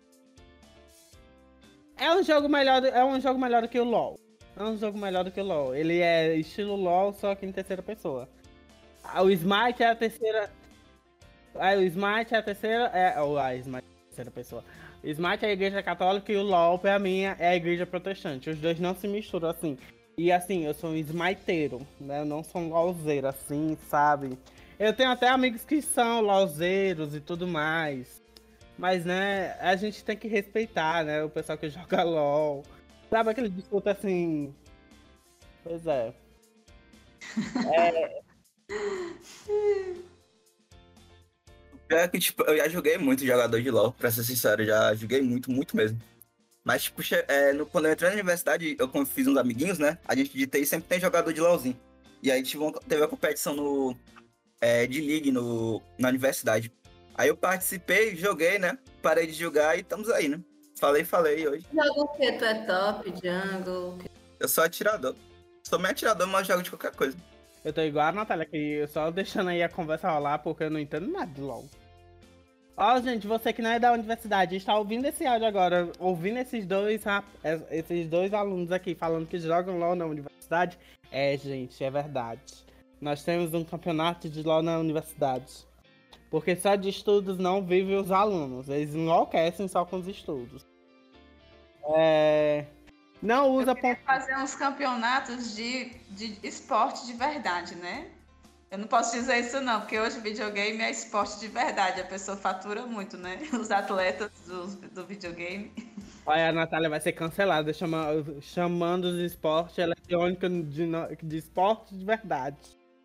É um jogo melhor do que o LoL. É um jogo melhor do que o LoL. Ele é estilo LoL, só que em terceira pessoa. O Smite é a terceira... o Smite é a terceira... Smite é a terceira pessoa. O Smite é a igreja católica e o LoL, pra mim, é a igreja protestante. Os dois não se misturam, assim. E, assim, eu sou um smiteiro, né? Eu não sou um LoLzeiro, assim, sabe? Eu tenho até amigos que são LoLzeiros e tudo mais. Mas, né, a gente tem que respeitar, né? O pessoal que joga LoL. Sabe aquele disputa assim... Pois é. Pior é que, tipo, eu já joguei muito jogador de LoL, pra ser sincero, já joguei muito, muito mesmo. Mas, tipo, quando eu entrei na universidade, eu fiz uns amiguinhos, né? A gente de TI sempre tem jogador de LoLzinho. E aí teve a competição de League na universidade. Aí eu participei, joguei, né? Parei de jogar e estamos aí, né? Falei hoje. Joga o que? Tu é top, jungle? Eu sou atirador. Sou meio atirador, mas jogo de qualquer coisa. Eu tô igual a Natália aqui, só deixando aí a conversa rolar, porque eu não entendo nada de LoL. Ó, gente, você que não é da universidade, está ouvindo esse áudio agora, ouvindo esses dois alunos aqui falando que jogam LoL na universidade. Gente, é verdade. Nós temos um campeonato de LoL na universidade. Porque só de estudos não vivem os alunos. Eles enlouquecem só com os estudos. Não usa... fazer uns campeonatos de esporte de verdade, né? Eu não posso dizer isso não, porque hoje videogame é esporte de verdade. A pessoa fatura muito, né? Os atletas do videogame. Olha, a Natália vai ser cancelada chamando os esportes eletrônicos de esporte de verdade.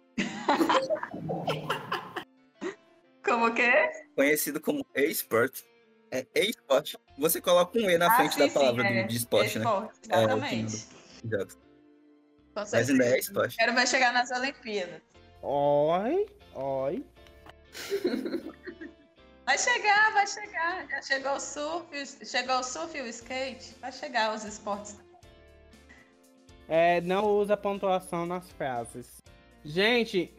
Como que é? Conhecido como e-sport. É e-sport. Você coloca um E na frente da palavra de esporte, né? Exatamente. Exato. Mas ainda é esporte. Quero ver chegar nas Olimpíadas. Oi. Vai chegar. Já chegou o surf e o skate. Vai chegar os esportes. Não usa pontuação nas frases. Gente,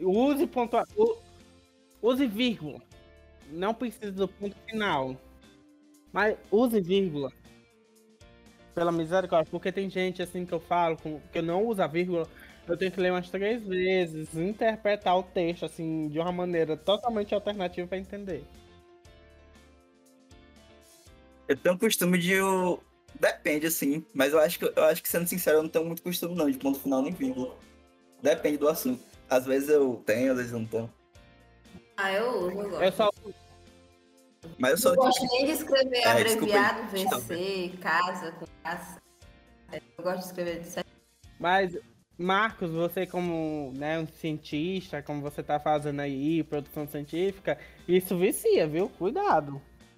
use vírgula. Não precisa do ponto final. Mas use vírgula. Pela misericórdia. Porque tem gente assim que eu falo, que eu não uso a vírgula. Eu tenho que ler umas 3 vezes, interpretar o texto assim de uma maneira totalmente alternativa para entender. Eu tenho costume de... Depende, assim. Mas eu acho que, sendo sincero, eu não tenho muito costume, não, de ponto final nem vírgula. Depende do assunto. Às vezes eu tenho, às vezes eu não tenho. Eu uso, eu gosto. Mas eu sou... Não gosto nem de escrever abreviado, VC, casa, com casa. Eu gosto de escrever de certo. Mas, Marcos, você como, né, um cientista, como você tá fazendo aí, produção científica, isso vicia, viu? Cuidado.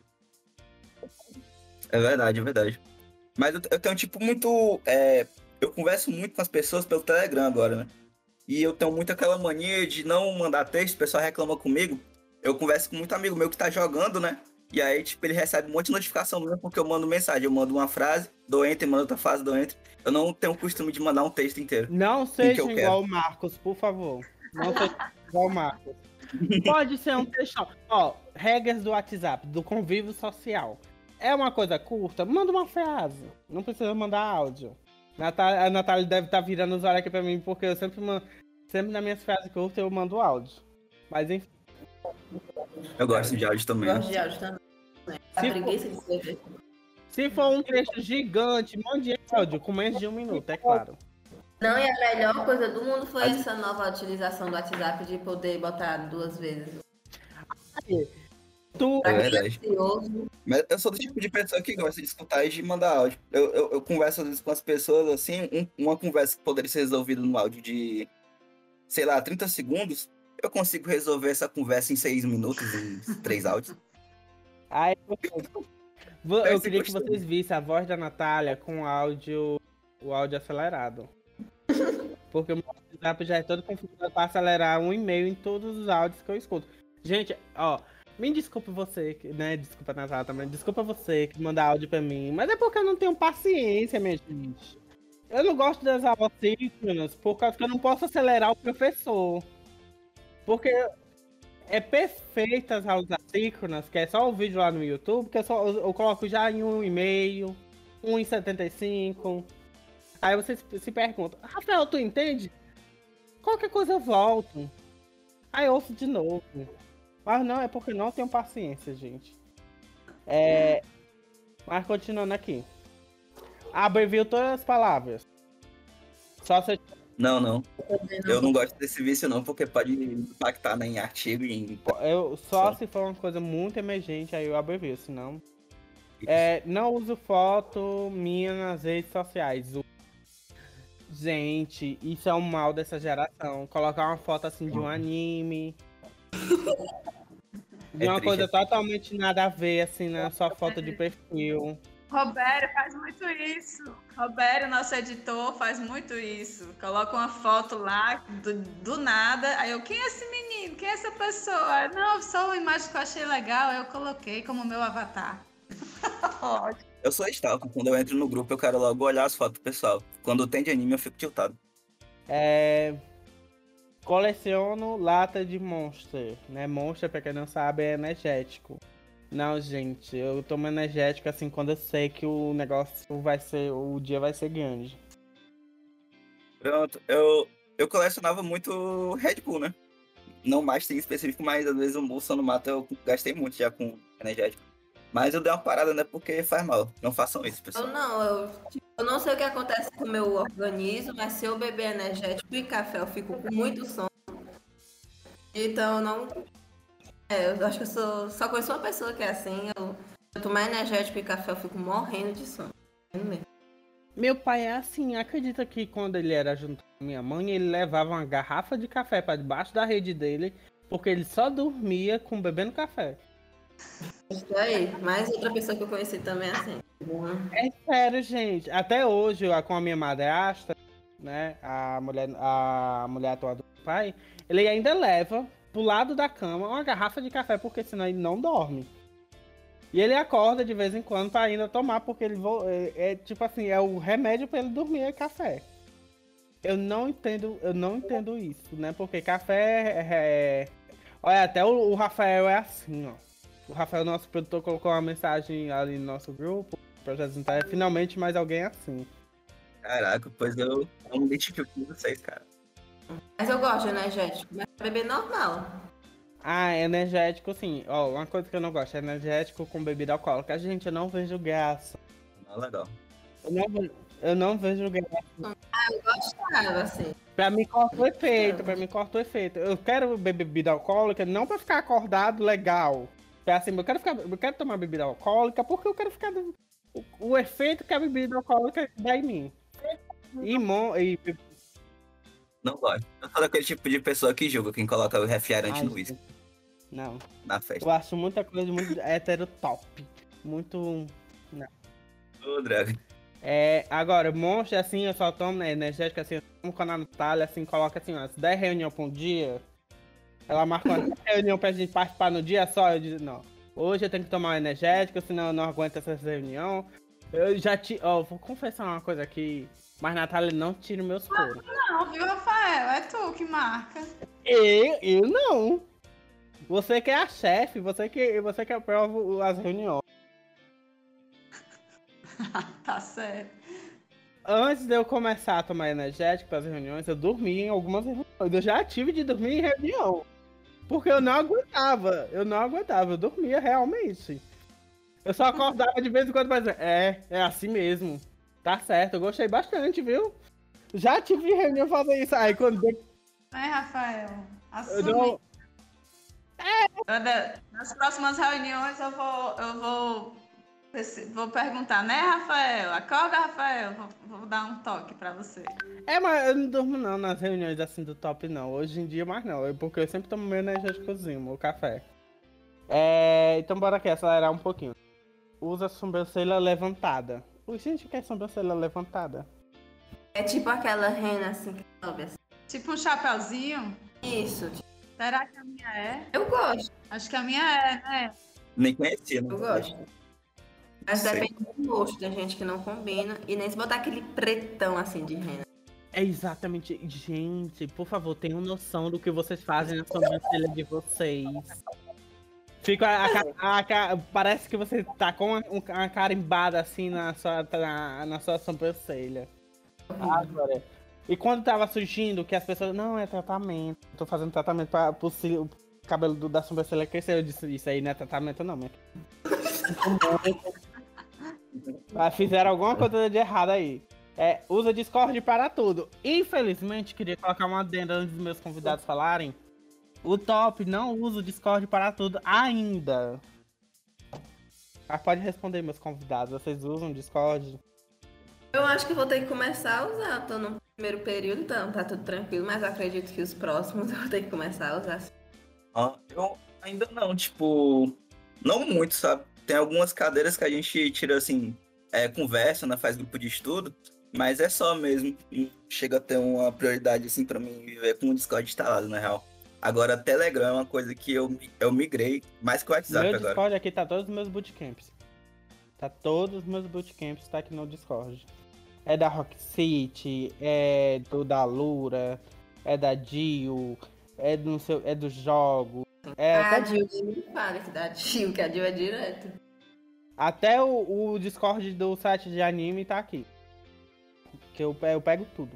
É verdade. Mas eu tenho, tipo, muito... eu converso muito com as pessoas pelo Telegram agora, né? E eu tenho muito aquela mania de não mandar texto, o pessoal reclama comigo. Eu converso com muito amigo meu que tá jogando, né? E aí, tipo, ele recebe um monte de notificação mesmo porque eu mando mensagem. Eu mando uma frase, dou enter, mando outra frase, dou enter. Eu não tenho o costume de mandar um texto inteiro. Não que seja eu igual o Marcos, por favor. Não seja igual o Marcos. Pode ser um textão. Ó, regras do WhatsApp, do convívio social. É uma coisa curta? Manda uma frase. Não precisa mandar áudio. A Natália deve estar virando os olhos aqui pra mim, porque eu sempre nas minhas frases curtas eu mando áudio. Mas enfim. Eu gosto de áudio também. Gosto de áudio também. A preguiça de escrever. Se for um texto gigante, mande áudio com menos de 1 minuto, é claro. Não, e a melhor coisa do mundo foi essa nova utilização do WhatsApp de poder botar 2 vezes. É verdade. Mas eu sou do tipo de pessoa que gosta de escutar e de mandar áudio. Eu converso às vezes com as pessoas, assim, uma conversa que poderia ser resolvida no áudio de, sei lá, 30 segundos, eu consigo resolver essa conversa em 6 minutos, em 3 áudios. Aí, eu queria que vocês vissem a voz da Natália com o áudio acelerado. Porque o meu WhatsApp já é todo configurado para acelerar 1,5 em todos os áudios que eu escuto. Gente, ó, me desculpe você, né? Desculpa, Natália também. Desculpa você que manda áudio pra mim. Mas é porque eu não tenho paciência, minha gente. Eu não gosto das aulas síncronas por causa que eu não posso acelerar o professor. Porque é perfeita as aulas assíncronas, que é só o vídeo lá no YouTube, que eu coloco já em 1,5, 1,75. Aí você se pergunta, Rafael, tu entende? Qualquer coisa eu volto. Aí eu ouço de novo. Mas não, é porque não tenho paciência, gente. Mas continuando aqui. Abreviou todas as palavras. Só se... Não. Eu não gosto desse vício não, porque pode impactar, né, em artigo e em... Só se for uma coisa muito emergente, aí eu abrevio, senão... não uso foto minha nas redes sociais. Gente, isso é um mal dessa geração. Colocar uma foto assim de um anime. De uma coisa totalmente nada a ver, assim, na sua foto de perfil. Robério faz muito isso. Robério, nosso editor, faz muito isso. Coloca uma foto lá do nada. Aí quem é esse menino? Quem é essa pessoa? Não, só uma imagem que eu achei legal, eu coloquei como meu avatar. Eu sou stalker. Quando eu entro no grupo, eu quero logo olhar as fotos do pessoal. Quando tem de anime, eu fico tiltado. Coleciono lata de Monster, né? Monster, pra quem não sabe, é energético. Não, gente, eu tomo energético assim quando eu sei que o negócio o dia vai ser grande. Pronto, eu colecionava muito Red Bull, né? Não mais em específico, mas às vezes o Bolsa no Mato eu gastei muito já com energético. Mas eu dei uma parada, né? Porque faz mal. Não façam isso, pessoal. Eu não sei o que acontece com o meu organismo, mas se eu beber energético e café, eu fico com muito sono. Então, eu acho que eu só conheço uma pessoa que é assim. Eu tomar energético e café, eu fico morrendo de sono. Meu pai é assim, acredita que quando ele era junto com minha mãe, ele levava uma garrafa de café pra debaixo da rede dele, porque ele só dormia bebendo café. Isso aí, mais outra pessoa que eu conheci também é assim. É sério, gente. Até hoje, com a minha madrasta, né, a mulher atual do pai, ele ainda leva pro lado da cama uma garrafa de café, porque senão ele não dorme. E ele acorda de vez em quando pra ainda tomar, porque ele tipo assim, é o remédio pra ele dormir, é café. Eu não entendo isso, né? Porque café Olha, até o Rafael é assim, ó. O Rafael, nosso produtor, colocou uma mensagem ali no nosso grupo, Projeto Zentai, finalmente mais alguém assim. Caraca, pois eu não me identifico com vocês, cara. Mas eu gosto de energético, mas beber normal. Energético, sim. Ó, uma coisa que eu não gosto é energético com bebida alcoólica. Gente, eu não vejo graça. Não é legal. Eu não vejo graça. Eu gostava, assim. Pra mim corta o efeito. Eu quero beber bebida alcoólica não pra ficar acordado legal. Assim, eu quero tomar bebida alcoólica porque eu quero ficar... O efeito que a bebida alcoólica dá em mim. Não gosto. Eu sou daquele tipo de pessoa que julga quem coloca o refrigerante no uísque. Não. Na festa. Eu acho muita coisa muito hétero top. Muito... Não. Ô, droga. Agora, Monster, assim, eu só tomo energético, assim, eu com a Natália, assim, coloca assim, umas 10 reuniões por um dia. Ela marca uma reunião pra gente participar no dia só. Eu disse, não, hoje eu tenho que tomar um energético, senão eu não aguento essa reunião. Eu já vou confessar uma coisa aqui, mas Natália não tira meus coros. Não, viu, Rafael? É tu que marca. Eu não. Você que é a chefe, você que aprova as reuniões. Tá certo. Antes de eu começar a tomar energético para as reuniões, eu dormi em algumas reuniões. Eu já tive de dormir em reunião. Porque eu não aguentava. Eu dormia realmente. Eu só acordava de vez em quando pra dizer, é assim mesmo. Tá certo, eu gostei bastante, viu? Já tive reunião fazer isso. Aí quando... Rafael, assume. não... Nas próximas reuniões eu vou perguntar, né, Rafael? Acorda, Rafael. Vou dar um toque pra você. Mas eu não durmo não nas reuniões assim do top, não. Hoje em dia, mais não. Porque eu sempre tomo meu energéticozinho, meu café. Então bora aqui, acelerar um pouquinho. Usa sobrancelha levantada. Gente, o que é sobrancelha levantada? É tipo aquela rena assim que sobe assim. Tipo um chapeuzinho? Isso. Será que a minha é? Eu gosto. Acho que a minha é, né? Nem conhecia, né? Eu gosto. Mas Sei. depende do gosto, tem gente que não combina. E nem se botar aquele pretão assim de rena. É exatamente. Gente, por favor, tenham noção do que vocês fazem na sobrancelha de vocês. Fica parece que você tá com uma carimbada assim na sua sobrancelha. Agora. E quando tava surgindo que as pessoas, não, é tratamento. Tô fazendo tratamento para o cabelo da sobrancelha crescer. Eu disse, isso aí não é tratamento não, minha. Fizeram alguma coisa de errado aí. Usa Discord para tudo. Infelizmente, queria colocar uma adenda antes dos meus convidados falarem. O top não usa o Discord para tudo ainda. Mas pode responder, meus convidados. Vocês usam o Discord? Eu acho que vou ter que começar a usar. Tô no primeiro período, então tá tudo tranquilo. Mas eu acredito que os próximos eu vou ter que começar a usar. Eu ainda não, tipo... Não muito, sabe? Tem algumas cadeiras que a gente tira, assim... conversa, né? Faz grupo de estudo. Mas é só mesmo. Não chega a ter uma prioridade, assim, pra mim viver com o Discord instalado, na real. Agora, Telegram é uma coisa que eu migrei mais que o WhatsApp Meu agora. Discord aqui tá todos os meus bootcamps. Todos os meus bootcamps tá aqui no Discord. É da Rock City, é da Lura, é da Dio, é dos jogos. A Dio me fala que dá Dio, que a Dio é direto. Até o Discord do site de anime tá aqui. Que eu pego tudo.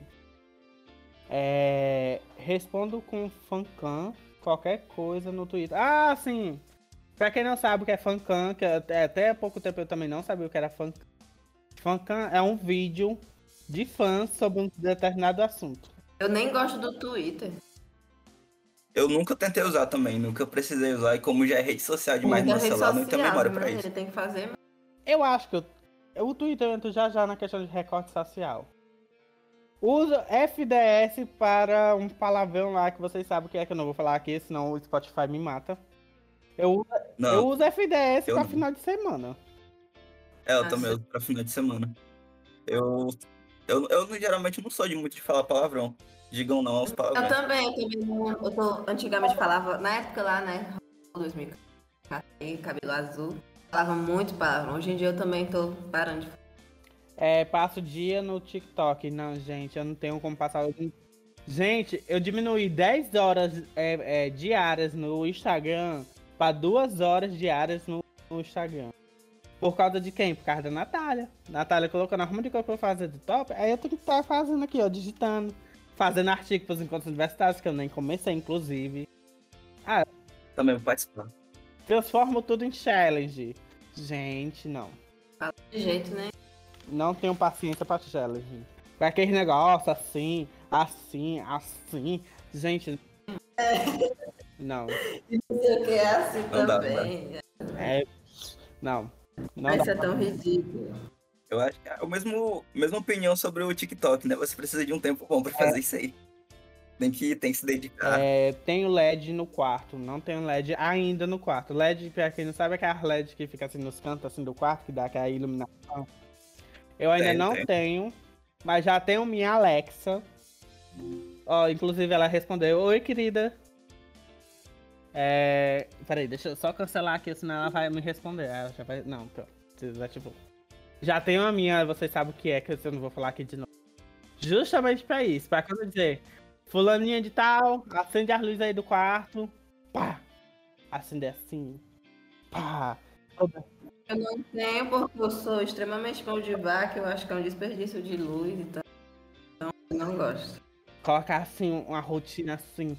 Respondo com fancam, qualquer coisa no Twitter. Ah, sim! Pra quem não sabe o que é fancam, que até há pouco tempo eu também não sabia o que era fancam. Fancam é um vídeo de fãs sobre um determinado assunto. Eu nem gosto do Twitter. Eu nunca tentei usar também, nunca precisei usar. E como já é rede social demais no meu celular, não tenho memória pra isso. Ele tem que fazer. Eu acho que o Twitter entra já na questão de recorte social. Usa FDS para um palavrão lá que vocês sabem o que é, que eu não vou falar aqui, senão o Spotify me mata. Eu uso FDS pra final de semana. Eu também uso pra final de semana. Eu geralmente não sou muito de falar palavrão. Digam não aos palavrões. Eu também não. Antigamente falava, na época lá, né? 2000, cabelo azul. Falava muito palavrão. Hoje em dia eu também tô parando de passo o dia no TikTok. Não, gente, eu não tenho como passar. Gente, eu diminuí 10 horas diárias no Instagram para 2 horas diárias no Instagram. Por causa de quem? Por causa da Natália. Natália colocou na arruma de coisa pra eu fazer do top. Aí eu tenho que estar fazendo aqui, ó, digitando. Fazendo artigo para os encontros universitários, que eu nem comecei, inclusive. Também vou participar. Transformo tudo em challenge. Gente, não. Fala de jeito, né? Não tenho paciência pra challenge. Pra aquele negócio assim. Gente. Não. Isso que é assim Não também. Não. Mas é tão ridículo. Eu acho que é a mesma opinião sobre o TikTok, né? Você precisa de um tempo bom pra fazer isso aí. Tem que se dedicar. Tenho LED no quarto. Não tenho LED ainda no quarto. LED, pra quem não sabe, é aquela LED que fica assim nos cantos assim, do quarto, que dá aquela iluminação. Eu ainda não tenho, mas já tenho minha Alexa. Ó, inclusive ela respondeu, oi, querida. Peraí, deixa eu só cancelar aqui, senão ela vai me responder. Ela já vai... Não, pronto. Desativou. Já tem uma minha, vocês sabem o que é, que eu não vou falar aqui de novo. Justamente pra isso, pra quando eu dizer, fulaninha de tal, acende as luzes aí do quarto. Pá! Acender assim. Pá! Eu não tenho porque eu sou extremamente mão de vaca, eu acho que é um desperdício de luz e tal. Então eu não gosto. Colocar assim, uma rotina assim.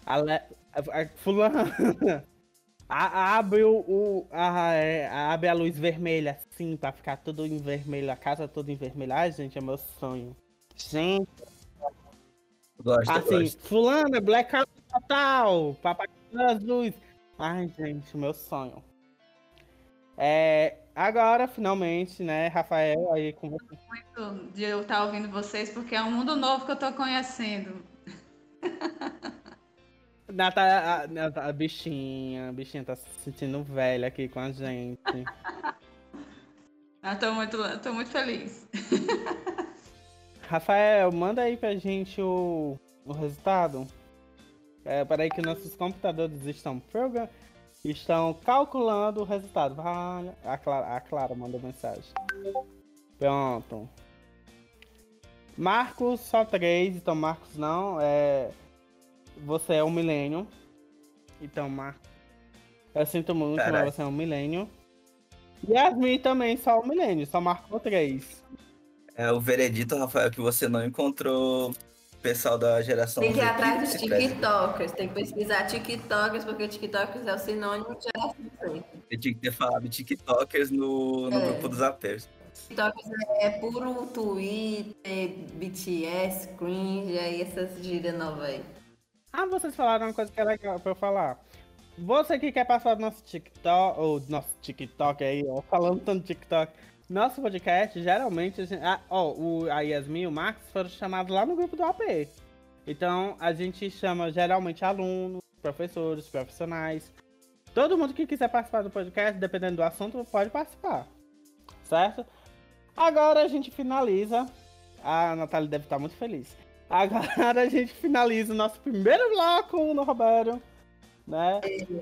Fulana. Abre abre a luz vermelha assim, pra ficar tudo em vermelho, a casa toda em vermelho. Ai, gente, é meu sonho. Gente, Gosto, assim, gosto. fulana, blackout total, pra apagar as luzes. Ai, gente, meu sonho. Agora, finalmente, né, Rafael, aí com você. Muito de eu estar ouvindo vocês, porque é um mundo novo que eu tô conhecendo. A bichinha tá se sentindo velha aqui com a gente. Tô muito feliz. Rafael, manda aí pra gente o resultado. Peraí que nossos computadores estão calculando o resultado. Vai, a Clara mandou mensagem. Pronto. Marcos, só 3, então Marcos não. Você é um milênio. Então, Marcos. Eu sinto muito, Caraca. mas você é um milênio. Yasmin também, só um milênio, só marcou 3. É o veredito, Rafael, que você não encontrou o pessoal da geração Tem que ir Z atrás dos se preza. TikTokers, tem que pesquisar TikTokers, porque TikTokers é o sinônimo de geração Z. Eu tinha que ter falado TikTokers no grupo dos apers. TikTokers é puro Twitter, BTS, cringe, aí essas gírias novas aí. Vocês falaram uma coisa que é legal pra eu falar. Você que quer passar do nosso TikTok, ou nosso TikTok aí, ó, falando tanto TikTok, nosso podcast, geralmente, a Yasmin e o Max foram chamados lá no grupo do AP. Então, a gente chama geralmente alunos, professores, profissionais. Todo mundo que quiser participar do podcast, dependendo do assunto, pode participar. Certo? Agora a gente finaliza. A Natália deve estar muito feliz. Agora a gente finaliza o nosso primeiro bloco no Roberto. Né?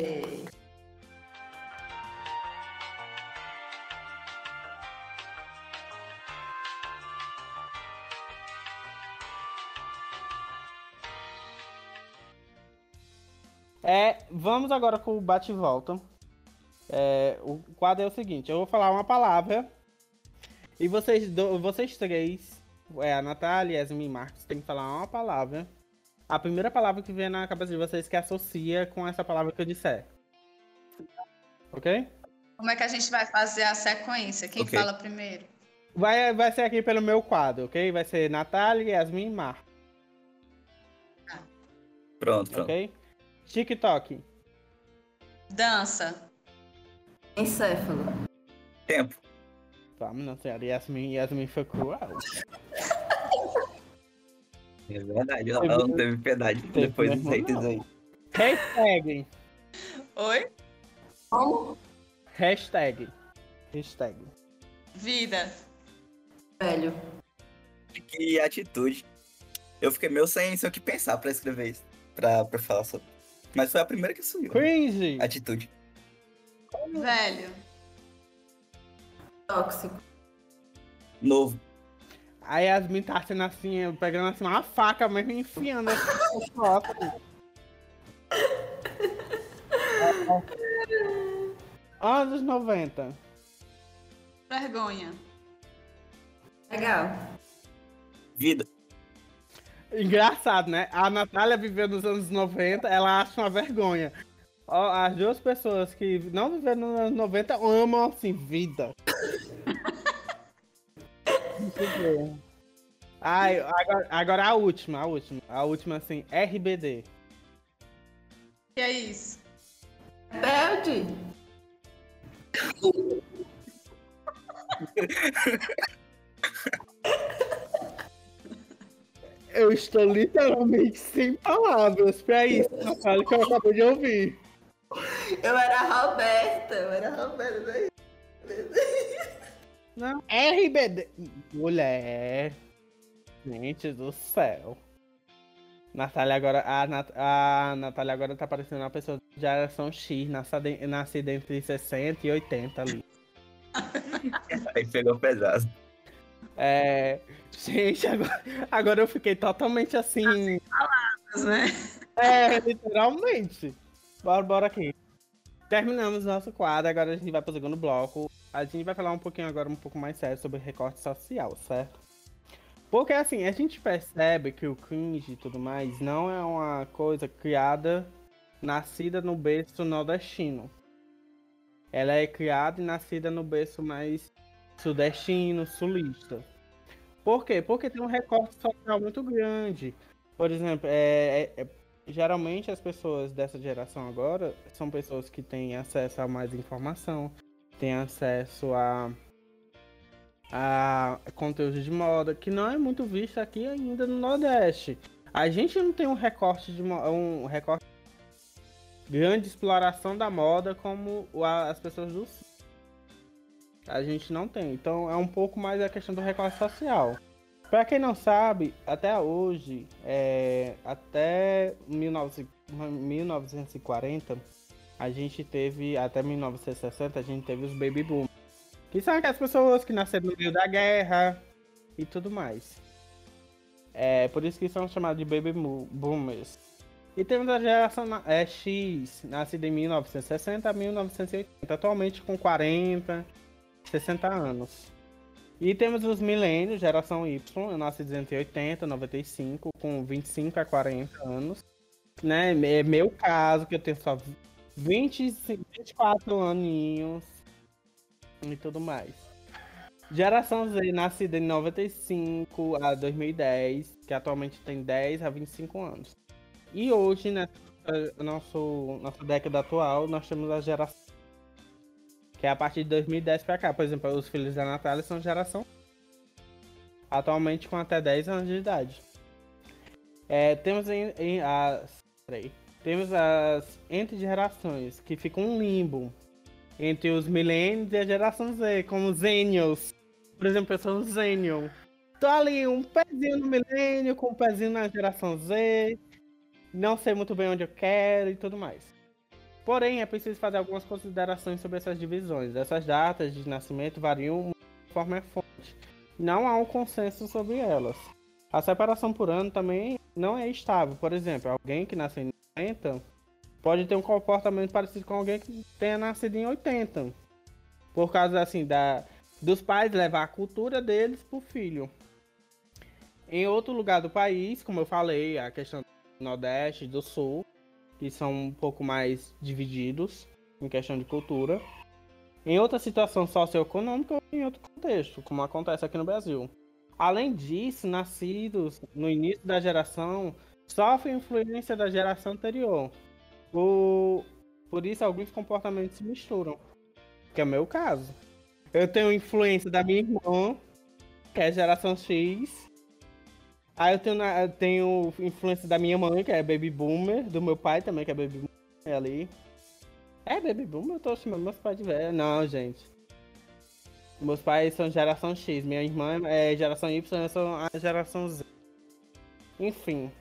Vamos agora com o bate e volta. O quadro é o seguinte, eu vou falar uma palavra e vocês três, a Natália, Yasmin e Marcos, tem que falar uma palavra. A primeira palavra que vem na cabeça de vocês que associa com essa palavra que eu disser. Ok? Como é que a gente vai fazer a sequência? Quem Ok. fala primeiro? Vai ser aqui pelo meu quadro, ok? Vai ser Natália, Yasmin e Marcos, Pronto. ok? TikTok. Dança. Encéfalo. Tempo. Tá, não senhora, Yasmin foi cruel. É verdade, ela não teve piedade Teve depois dos mesmo, haters não. aí. Hashtag. Oi? Como? Hashtag. Vida. Velho. Que atitude. Eu fiquei meio sem o que pensar pra escrever isso, pra falar sobre. Mas foi a primeira que subiu. Cringe. Atitude. Velho. Tóxico. Novo. A Yasmin tá sendo assim, pegando assim uma faca mesmo e enfiando assim nas costas. Anos 90. Vergonha. Legal. Vida. Engraçado, né? A Natália viveu nos anos 90, ela acha uma vergonha. As duas pessoas que não viveram nos anos 90 amam, assim, vida. Muito bom. Ai, agora a última, assim, RBD. Que é isso? Rebelde. Eu estou literalmente sem palavras pra isso, Natália, que eu acabei de ouvir. Eu era Roberta daí. Não, RBD. Mulher. Gente do céu. Natália agora, a Natália agora tá parecendo uma pessoa de geração X, nascida entre 60 e 80 ali. Aí pegou pesado. Gente, agora eu fiquei totalmente assim. Né? Literalmente. Bora aqui. Terminamos nosso quadro, agora a gente vai pro segundo bloco. A gente vai falar um pouquinho agora, um pouco mais sério sobre recorte social, certo? Porque assim, a gente percebe que o cringe e tudo mais não é uma coisa criada, nascida no berço nordestino. Ela é criada e nascida no berço mais sudestino, sulista. Por quê? Porque tem um recorte social muito grande. Por exemplo, geralmente as pessoas dessa geração agora são pessoas que têm acesso a mais informação, têm acesso a conteúdo de moda, que não é muito visto aqui ainda no Nordeste. A gente não tem um recorte grande exploração da moda como as pessoas do Sul. A gente não tem. Então é um pouco mais a questão do recorte social. Pra quem não sabe, até hoje, até 1940, a gente teve, até 1960, a gente teve os baby boom. Que são aquelas pessoas que nasceram no meio da guerra e tudo mais. Por isso que são chamados de baby boomers. E temos a geração X, nascida em 1960 a 1980, atualmente com 40, 60 anos. E temos os milênios, geração Y, eu nasci em 1980, 95, com 25 a 40 anos. Né? É meu caso, que eu tenho só 24 aninhos e tudo mais. Geração Z, nascida em 95 a 2010, que atualmente tem 10 a 25 anos. E hoje, nessa nossa década atual, nós temos a geração que é a partir de 2010 pra cá. Por exemplo, os filhos da Natália são geração atualmente com até 10 anos de idade. Temos as entre gerações, que ficam um limbo entre os millennials e a geração Z, como Zennials. Por exemplo, eu sou um Zennial. Tô ali um pezinho no milênio, com um pezinho na geração Z. Não sei muito bem onde eu quero e tudo mais. Porém, é preciso fazer algumas considerações sobre essas divisões. Essas datas de nascimento variam conforme a fonte. Não há um consenso sobre elas. A separação por ano também não é estável. Por exemplo, alguém que nasceu em 90 pode ter um comportamento parecido com alguém que tenha nascido em 80. Por causa assim, dos pais levar a cultura deles pro filho. Em outro lugar do país, como eu falei, a questão do Nordeste e do Sul, que são um pouco mais divididos em questão de cultura. Em outra situação socioeconômica ou em outro contexto, como acontece aqui no Brasil. Além disso, nascidos no início da geração sofrem influência da geração anterior. Por isso, alguns comportamentos se misturam, que é o meu caso. Eu tenho influência da minha irmã, que é a geração X. Aí eu tenho influência da minha mãe, que é baby boomer, do meu pai também, que é baby boomer ali. Baby boomer? Eu tô chamando meus pais de velho. Não, gente. Meus pais são geração X, minha irmã é geração Y, eu sou a geração Z. Enfim.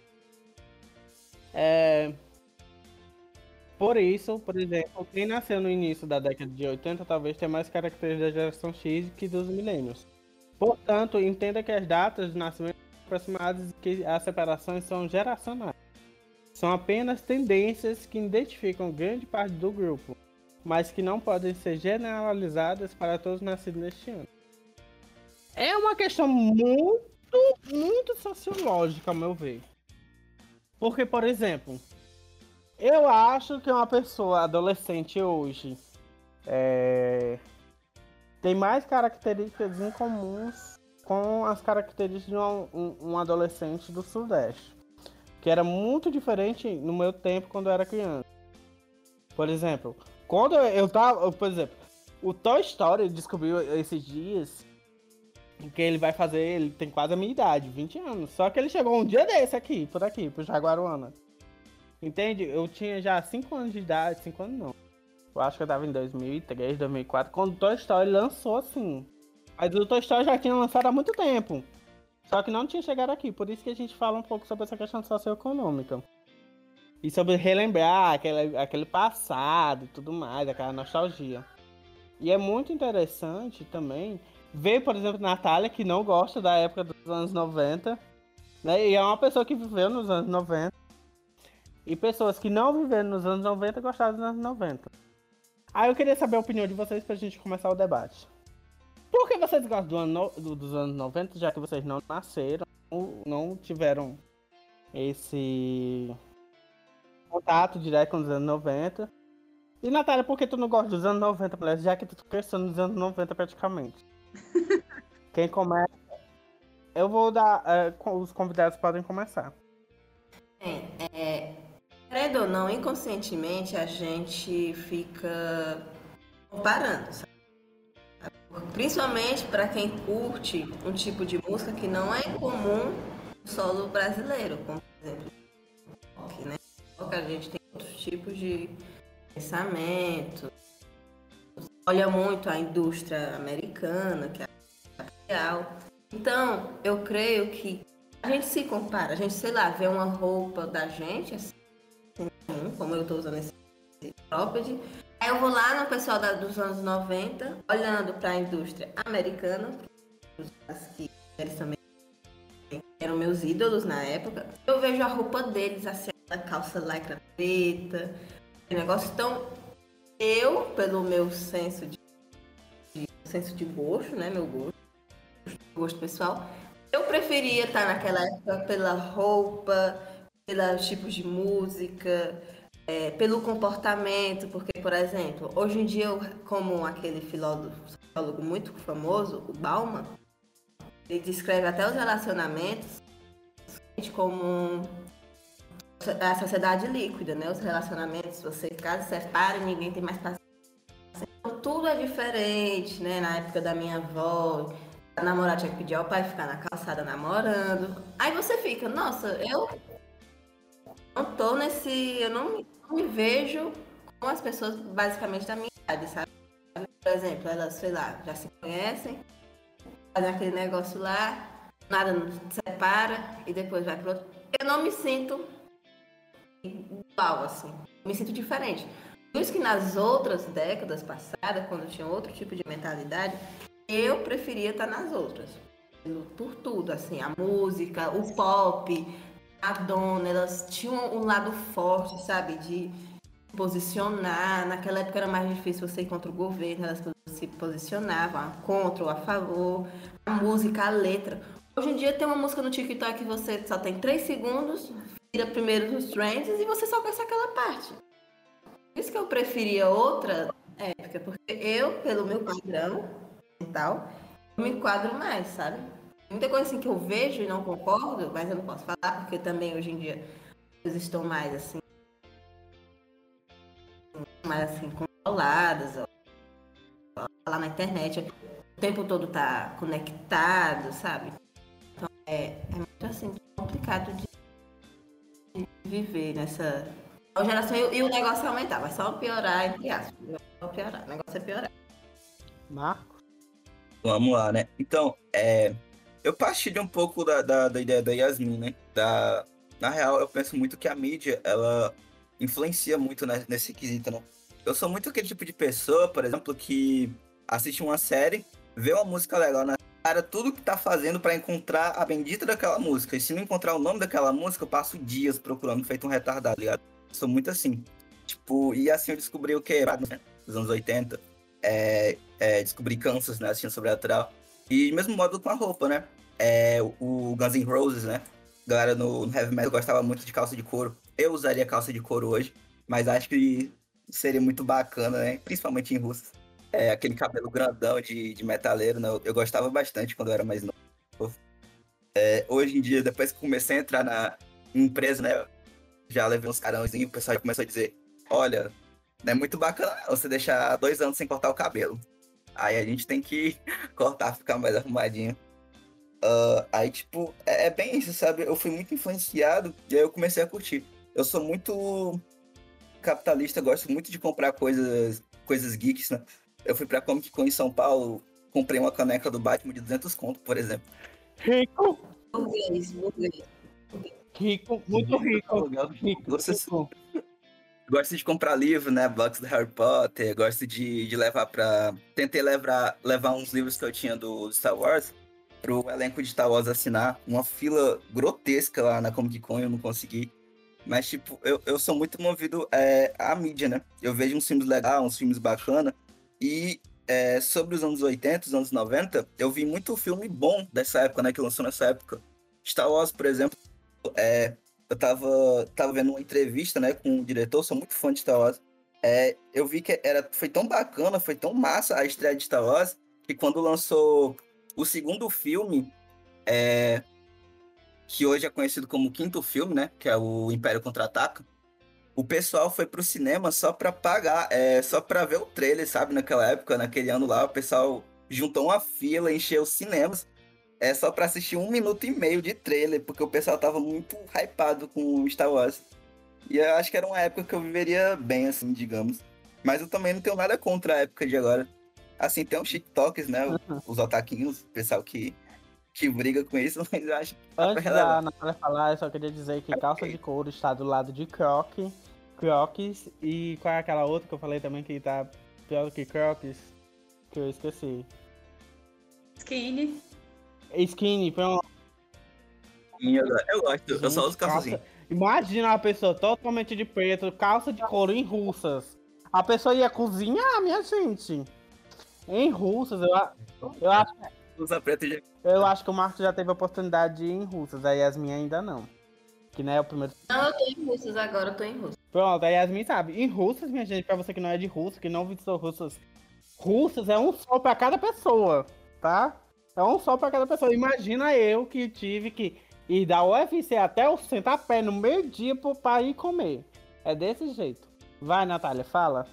Por isso, por exemplo, quem nasceu no início da década de 80 talvez tenha mais características da geração X que dos milênios. Portanto, entenda que as datas de nascimento são aproximadas e que as separações são geracionais. São apenas tendências que identificam grande parte do grupo, mas que não podem ser generalizadas para todos nascidos neste ano. É uma questão muito sociológica, ao meu ver. Porque, por exemplo, eu acho que uma pessoa adolescente hoje tem mais características incomuns com as características de um adolescente do Sudeste. Que era muito diferente no meu tempo quando eu era criança. Por exemplo, quando eu tava... Por exemplo, o Toy Story descobriu esses dias que ele tem quase a minha idade, 20 anos. Só que ele chegou um dia desse aqui, pro Jaguaruana. Entende? Eu tinha já 5 anos de idade, 5 anos não. Eu acho que eu tava em 2003, 2004, quando o Toy Story lançou assim. Mas o Toy Story já tinha lançado há muito tempo. Só que não tinha chegado aqui, por isso que a gente fala um pouco sobre essa questão socioeconômica. E sobre relembrar aquele passado e tudo mais, aquela nostalgia. E é muito interessante também ver, por exemplo, Natália, que não gosta da época dos anos 90, né? E é uma pessoa que viveu nos anos 90. E pessoas que não viveram nos anos 90 gostaram dos anos 90. Aí eu queria saber a opinião de vocês pra gente começar o debate. Por que vocês gostam dos anos 90, já que vocês não nasceram, não tiveram esse contato direto com os anos 90? E Natália, por que tu não gosta dos anos 90, mulher? Já que tu cresceu nos anos 90 praticamente. Quem começa? Eu vou dar... os convidados podem começar. Querendo ou não, inconscientemente a gente fica comparando, sabe? Principalmente para quem curte um tipo de música que não é comum no solo brasileiro, como por exemplo o rock, né? O rock a gente tem outros tipos de pensamento, olha muito a indústria americana, que é capital. Então, eu creio que a gente se compara, a gente, sei lá, vê uma roupa da gente, assim, como eu tô usando esse cropped. Aí eu vou lá no pessoal dos anos 90, olhando para a indústria americana, que eles também eram meus ídolos na época. Eu vejo a roupa deles, assim, a calça lycra preta, aquele negócio. Então, eu, pelo meu senso de gosto, né, meu gosto pessoal, eu preferia estar naquela época pela roupa, pelos tipos de música, pelo comportamento, porque, por exemplo, hoje em dia, como aquele filólogo muito famoso, o Bauman, ele descreve até os relacionamentos como a sociedade líquida, né? Os relacionamentos, você casa, separa e ninguém tem mais paciência. Então, tudo é diferente, né? Na época da minha avó, a namorada tinha que pedir ao pai ficar na calçada namorando. Aí você fica, nossa, eu não tô eu não me vejo com as pessoas basicamente da minha idade, sabe? Por exemplo, elas, sei lá, já se conhecem, fazem aquele negócio lá, nada nos separa e depois vai pro outro. Eu não me sinto igual, assim, eu me sinto diferente. Por isso que nas outras décadas passadas, quando tinha outro tipo de mentalidade, eu preferia estar nas outras. Por tudo, assim, a música, o pop, a dona, elas tinham um lado forte, sabe, de posicionar. Naquela época era mais difícil você ir contra o governo, elas se posicionavam contra ou a favor. A música, a letra. Hoje em dia tem uma música no TikTok que você só tem 3 segundos, vira primeiro nos trends e você só conhece aquela parte. Por isso que eu preferia outra época, porque eu, pelo meu padrão mental, eu me enquadro mais, sabe? Muita coisa assim que eu vejo e não concordo, mas eu não posso falar, porque também hoje em dia eles estão mais assim controladas, ó, lá na internet, o tempo todo tá conectado, sabe? Então é muito assim, complicado de viver nessa nova geração e o negócio é aumentar, vai só piorar, entre aspas. Só piorar, o negócio é piorar. Marco? Vamos lá, né? Então, eu partilho um pouco da ideia da Yasmin, né? Na real, eu penso muito que a mídia, ela influencia muito nesse quesito, né? Eu sou muito aquele tipo de pessoa, por exemplo, que assiste uma série, vê uma música legal na cara, tudo que tá fazendo pra encontrar a bendita daquela música. E se não encontrar o nome daquela música, eu passo dias procurando, feito um retardado, ligado? Sou muito assim. Tipo, e assim eu descobri o que? Né? Nos anos 80. Descobri Kansas, né? Assistindo Sobrenatural. E mesmo modo com a roupa, né? O Guns N' Roses, né? Galera no heavy metal gostava muito de calça de couro. Eu usaria calça de couro hoje, mas acho que seria muito bacana, né? Principalmente em Russas. Aquele cabelo grandão de metaleiro, né? Eu gostava bastante quando eu era mais novo. Hoje em dia, depois que comecei a entrar na empresa, né? Já levei uns carãozinhos e o pessoal começou a dizer: olha, não é muito bacana não, você deixar 2 anos sem cortar o cabelo. Aí a gente tem que cortar, ficar mais arrumadinho. Aí, tipo, é bem isso, sabe? Eu fui muito influenciado e aí eu comecei a curtir. Eu sou muito capitalista, gosto muito de comprar coisas geeks, né? Eu fui pra Comic Con em São Paulo, comprei uma caneca do Batman de 200 conto, por exemplo. Rico! Burguês. Rico, muito rico. Gosto de comprar livro, né? Box do Harry Potter. Gosto de levar pra... Tentei levar uns livros que eu tinha do Star Wars pro elenco de Star Wars assinar. Uma fila grotesca lá na Comic Con, eu não consegui. Mas, tipo, eu sou muito movido à mídia, né? Eu vejo uns filmes legais, uns filmes bacanas. E sobre os anos 80, os anos 90, eu vi muito filme bom dessa época, né? Que lançou nessa época. Star Wars, por exemplo, eu tava vendo uma entrevista, né, com o diretor, sou muito fã de Star Wars. Eu vi que foi tão bacana, foi tão massa a estreia de Star Wars, que quando lançou o segundo filme, que hoje é conhecido como o quinto filme, né, que é o Império Contra-Ataca, o pessoal foi pro cinema só pra pagar, só pra ver o trailer, sabe? Naquela época, naquele ano lá, o pessoal juntou uma fila, encheu os cinemas, só pra assistir 1 minuto e meio de trailer, porque o pessoal tava muito hypado com Star Wars. E eu acho que era uma época que eu viveria bem, assim, digamos. Mas eu também não tenho nada contra a época de agora. Assim, tem os TikToks, né? Os otaquinhos, o pessoal que briga com isso, mas eu acho que Antes da Natália falar, eu só queria dizer que calça de couro está do lado de Crocs. E qual é aquela outra que eu falei também que tá pior do que Crocs? Que eu esqueci. Skinny, pronto. Eu gosto, eu só uso calçazinho. Imagina uma pessoa totalmente de preto, calça de couro em Russas. A pessoa ia cozinhar, minha gente. Em Russas, eu acho. Usa preto já. Eu acho que o Marcos já teve a oportunidade de ir em Russas, a Yasmin ainda não. Que não é o primeiro. Não, eu tô em Russas agora, eu tô em Russas. Pronto, a Yasmin sabe. Em Russas, minha gente, pra você que não é de Russas, que não visitou Russas, Russas é um sol pra cada pessoa, tá? É um sol pra cada pessoa. Imagina eu que tive que ir da UFC até o centro a pé no meio-dia pra ir comer. É desse jeito. Vai, Natália, fala.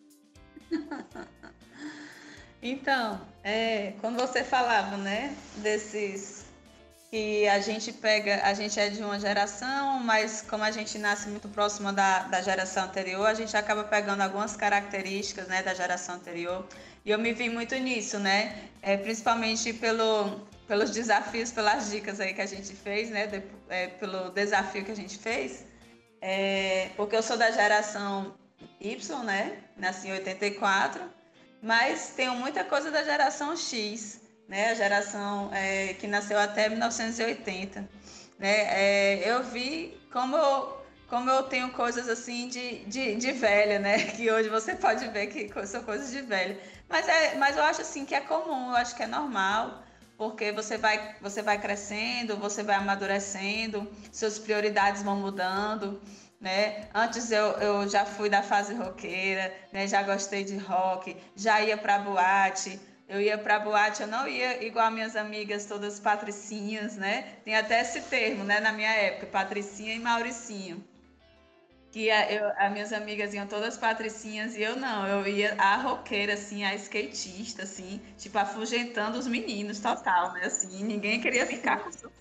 Então, quando você falava, né, desses que a gente é de uma geração, mas como a gente nasce muito próxima da geração anterior, a gente acaba pegando algumas características, né, da geração anterior. E eu me vi muito nisso, né, principalmente pelos desafios, pelas dicas aí que a gente fez, né, pelo desafio que a gente fez, porque eu sou da geração Y, né, nasci em 84, mas tenho muita coisa da geração X, né, a geração que nasceu até 1980, né, eu vi como eu tenho coisas assim de velha, né, que hoje você pode ver que são coisas de velha, mas eu acho assim que é comum, eu acho que é normal, porque você vai crescendo, você vai amadurecendo, suas prioridades vão mudando, né? Antes eu já fui da fase roqueira, né? Já gostei de rock, já ia pra boate. Eu ia pra boate, eu não ia igual minhas amigas todas patricinhas, né? Tem até esse termo, né? Na minha época, patricinha e mauricinho. Que as minhas amigas iam todas patricinhas e eu não. Eu ia a roqueira, assim, a skatista, assim, tipo, afugentando os meninos, total, né? Assim, ninguém queria ficar com isso.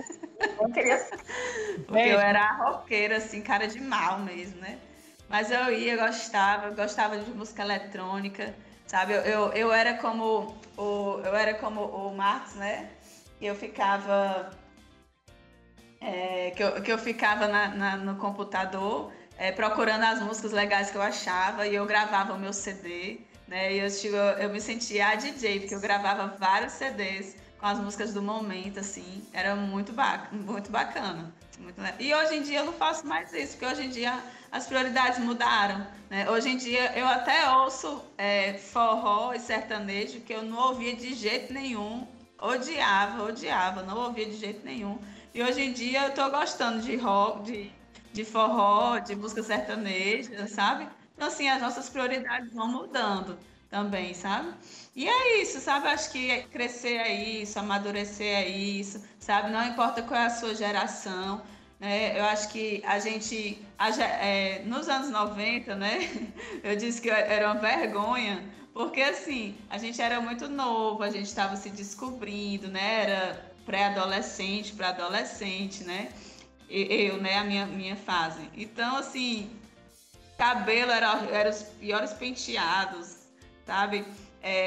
Porque eu era a roqueira, assim, cara de mal mesmo, né? Mas eu ia, gostava de música eletrônica, sabe? Eu era como o Marcos, né? E eu ficava que eu ficava no computador procurando as músicas legais que eu achava e eu gravava o meu CD, né? E eu me sentia a DJ, porque eu gravava vários CDs com as músicas do momento, assim, era muito bacana. E hoje em dia eu não faço mais isso, porque hoje em dia as prioridades mudaram, né? Hoje em dia eu até ouço forró e sertanejo, que eu não ouvia de jeito nenhum, odiava, não ouvia de jeito nenhum. E hoje em dia eu tô gostando de rock, de forró, de música sertaneja, sabe? Então, assim, as nossas prioridades vão mudando também, sabe? E é isso, sabe? Acho que crescer é isso, amadurecer é isso, sabe? Não importa qual é a sua geração, né? Eu acho que a gente, nos anos 90, né? Eu disse que era uma vergonha, porque, assim, a gente era muito novo, a gente estava se descobrindo, né? Era pré-adolescente para adolescente, né? Eu, né? A minha fase. Então, assim, cabelo era os piores penteados, sabe?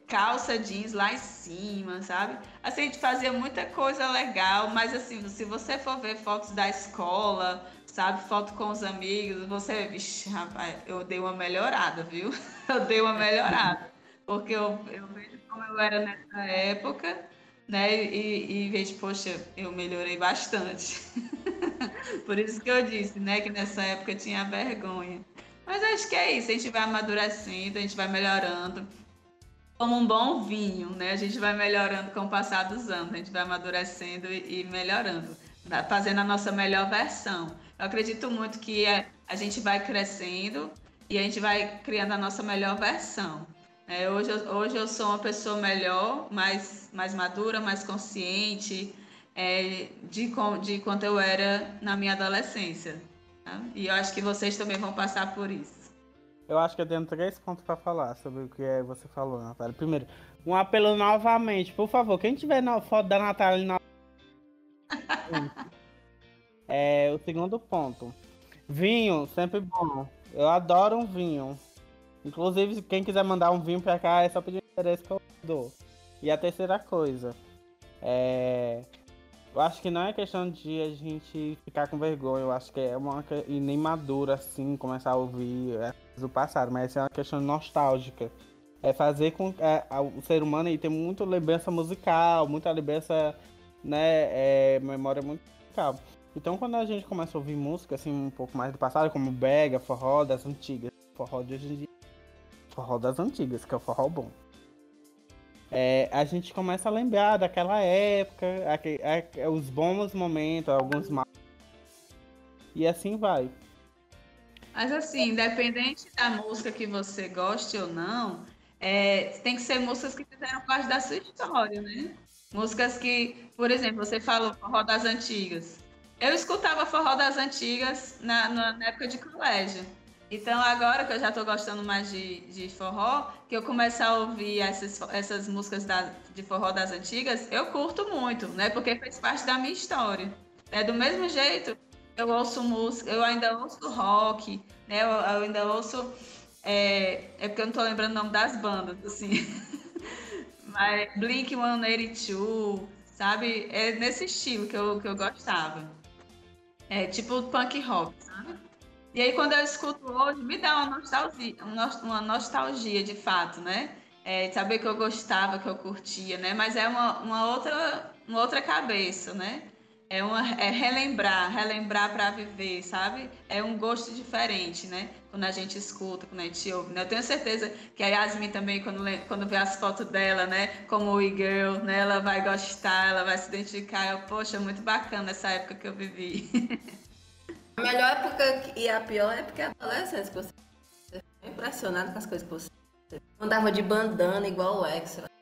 calça jeans lá em cima, sabe? Assim, a gente fazia muita coisa legal, mas assim, se você for ver fotos da escola, sabe, foto com os amigos, você, vixe, rapaz, eu dei uma melhorada, viu? Eu dei uma melhorada, porque eu vejo como eu era nessa época, né? E vejo, poxa, eu melhorei bastante. Por isso que eu disse, né, que nessa época eu tinha vergonha. Mas acho que é isso, a gente vai amadurecendo, a gente vai melhorando. Como um bom vinho, né? A gente vai melhorando com o passar dos anos, a gente vai amadurecendo e melhorando, fazendo a nossa melhor versão. Eu acredito muito que a gente vai crescendo e a gente vai criando a nossa melhor versão. Hoje eu sou uma pessoa melhor, mais madura, mais consciente de quanto eu era na minha adolescência. Tá? E eu acho que vocês também vão passar por isso. Eu acho que eu tenho 3 pontos pra falar sobre o que você falou, Natália. Primeiro, um apelo novamente, por favor, quem tiver foto da Natália na... O segundo ponto. Vinho, sempre bom. Eu adoro um vinho. Inclusive, quem quiser mandar um vinho pra cá, é só pedir interesse que eu dou. E a terceira coisa. Eu acho que não é questão de a gente ficar com vergonha. Eu acho que é uma e nem madura, assim, começar a ouvir do passado. Mas é uma questão nostálgica. É fazer com que o ser humano aí tem muita lembrança musical, muita lembrança, né, memória musical. Então, quando a gente começa a ouvir música, assim, um pouco mais do passado, como brega, forró das antigas, forró de hoje em dia, forró das antigas, que é o forró bom. A gente começa a lembrar daquela época, os bons momentos, alguns mal. E assim vai. Mas assim, independente da música que você goste ou não, tem que ser músicas que fizeram parte da sua história, né? Músicas que, por exemplo, você falou forró das antigas. Eu escutava forró das antigas na época de colégio. Então, agora que eu já estou gostando mais de forró, que eu começo a ouvir essas músicas de forró das antigas, eu curto muito, né? Porque fez parte da minha história. Do mesmo jeito, eu ouço música, eu ainda ouço rock, né? Eu ainda ouço... porque eu não estou lembrando o nome das bandas, assim. Mas Blink-182, sabe? É nesse estilo que eu gostava. Tipo punk rock, sabe? E aí, quando eu escuto hoje, me dá uma nostalgia de fato, né? Saber que eu gostava, que eu curtia, né? Mas é uma outra cabeça, né? Relembrar para viver, sabe? É um gosto diferente, né? Quando a gente escuta, quando a gente ouve, né? Eu tenho certeza que a Yasmin também, quando vê as fotos dela, né? Como o e-girl, né? Ela vai gostar, ela vai se identificar. Poxa, muito bacana essa época que eu vivi. A melhor época e a pior época é a adolescência, que você fica impressionado com as coisas que você andava de bandana igual o Extra.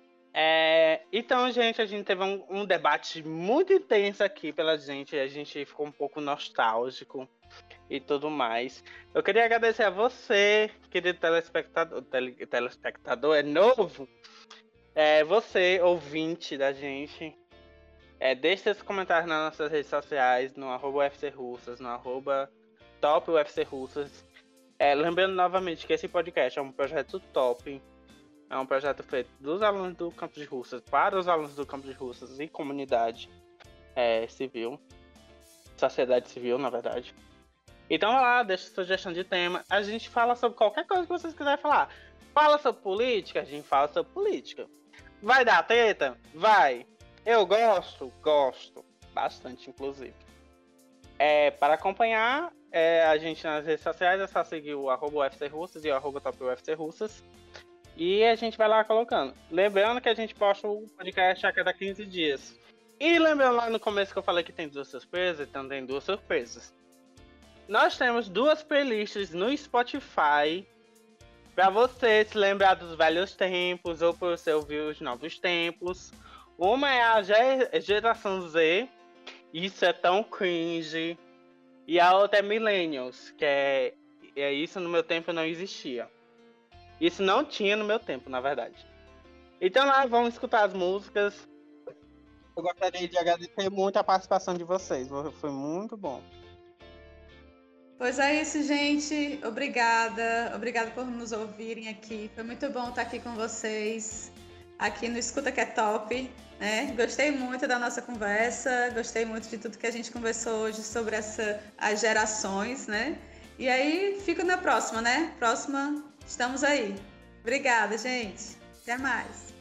Então, gente, a gente teve um debate muito intenso aqui pela gente. A gente ficou um pouco nostálgico e tudo mais. Eu queria agradecer a você, querido telespectador, é novo. Você, ouvinte da gente. Deixe seus comentários nas nossas redes sociais, no @UFCRussas, no @TopUFCRussas. Lembrando novamente que esse podcast é um projeto top. É um projeto feito dos alunos do Campus de Russas, para os alunos do Campus de Russas e comunidade civil. Sociedade civil, na verdade. Então vai lá, deixa sugestão de tema. A gente fala sobre qualquer coisa que vocês quiserem falar. Fala sobre política, a gente fala sobre política. Vai dar treta? Vai. Eu gosto bastante, inclusive. Para acompanhar a gente nas redes sociais, é só seguir o @UFCRussas e o @TopUFCRussas. E a gente vai lá colocando. Lembrando que a gente posta o podcast a cada 15 dias. E lembrando lá no começo que eu falei que tem 2 surpresas, então tem 2 surpresas. Nós temos 2 playlists no Spotify para você se lembrar dos velhos tempos ou para você ouvir os novos tempos. Uma é a geração Z, isso é tão cringe. E a outra é Millennials, que é isso no meu tempo não existia. Isso não tinha no meu tempo, na verdade. Então lá, vamos escutar as músicas. Eu gostaria de agradecer muito a participação de vocês, foi muito bom. Pois é isso, gente. Obrigada. Obrigada por nos ouvirem aqui. Foi muito bom estar aqui com vocês, aqui no Escuta Que é Top. Né? Gostei muito da nossa conversa, gostei muito de tudo que a gente conversou hoje sobre as gerações, né? E aí, fico na próxima, né? Próxima, estamos aí. Obrigada, gente. Até mais.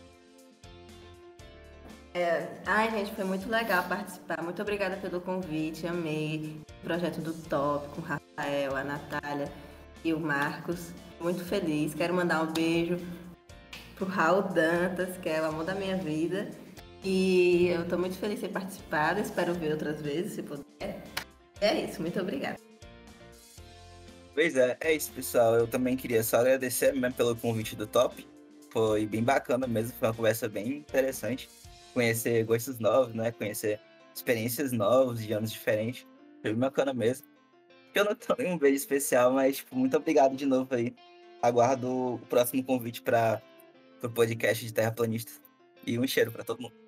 Ai, gente, foi muito legal participar. Muito obrigada pelo convite, amei o projeto do Top com o Rafael, a Natália e o Marcos. Muito feliz. Quero mandar um beijo pro Raul Dantas, que é o amor da minha vida. E eu tô muito feliz de ter participado. Espero ver outras vezes, se puder. É isso, muito obrigada. Pois é isso, pessoal. Eu também queria só agradecer mesmo pelo convite do Top. Foi bem bacana mesmo, foi uma conversa bem interessante. Conhecer gostos novos, né? Conhecer experiências novas de anos diferentes. Foi bem bacana mesmo. Eu não tenho um beijo especial, mas tipo, muito obrigado de novo aí. Aguardo o próximo convite para o podcast de Terraplanistas. E um cheiro para todo mundo.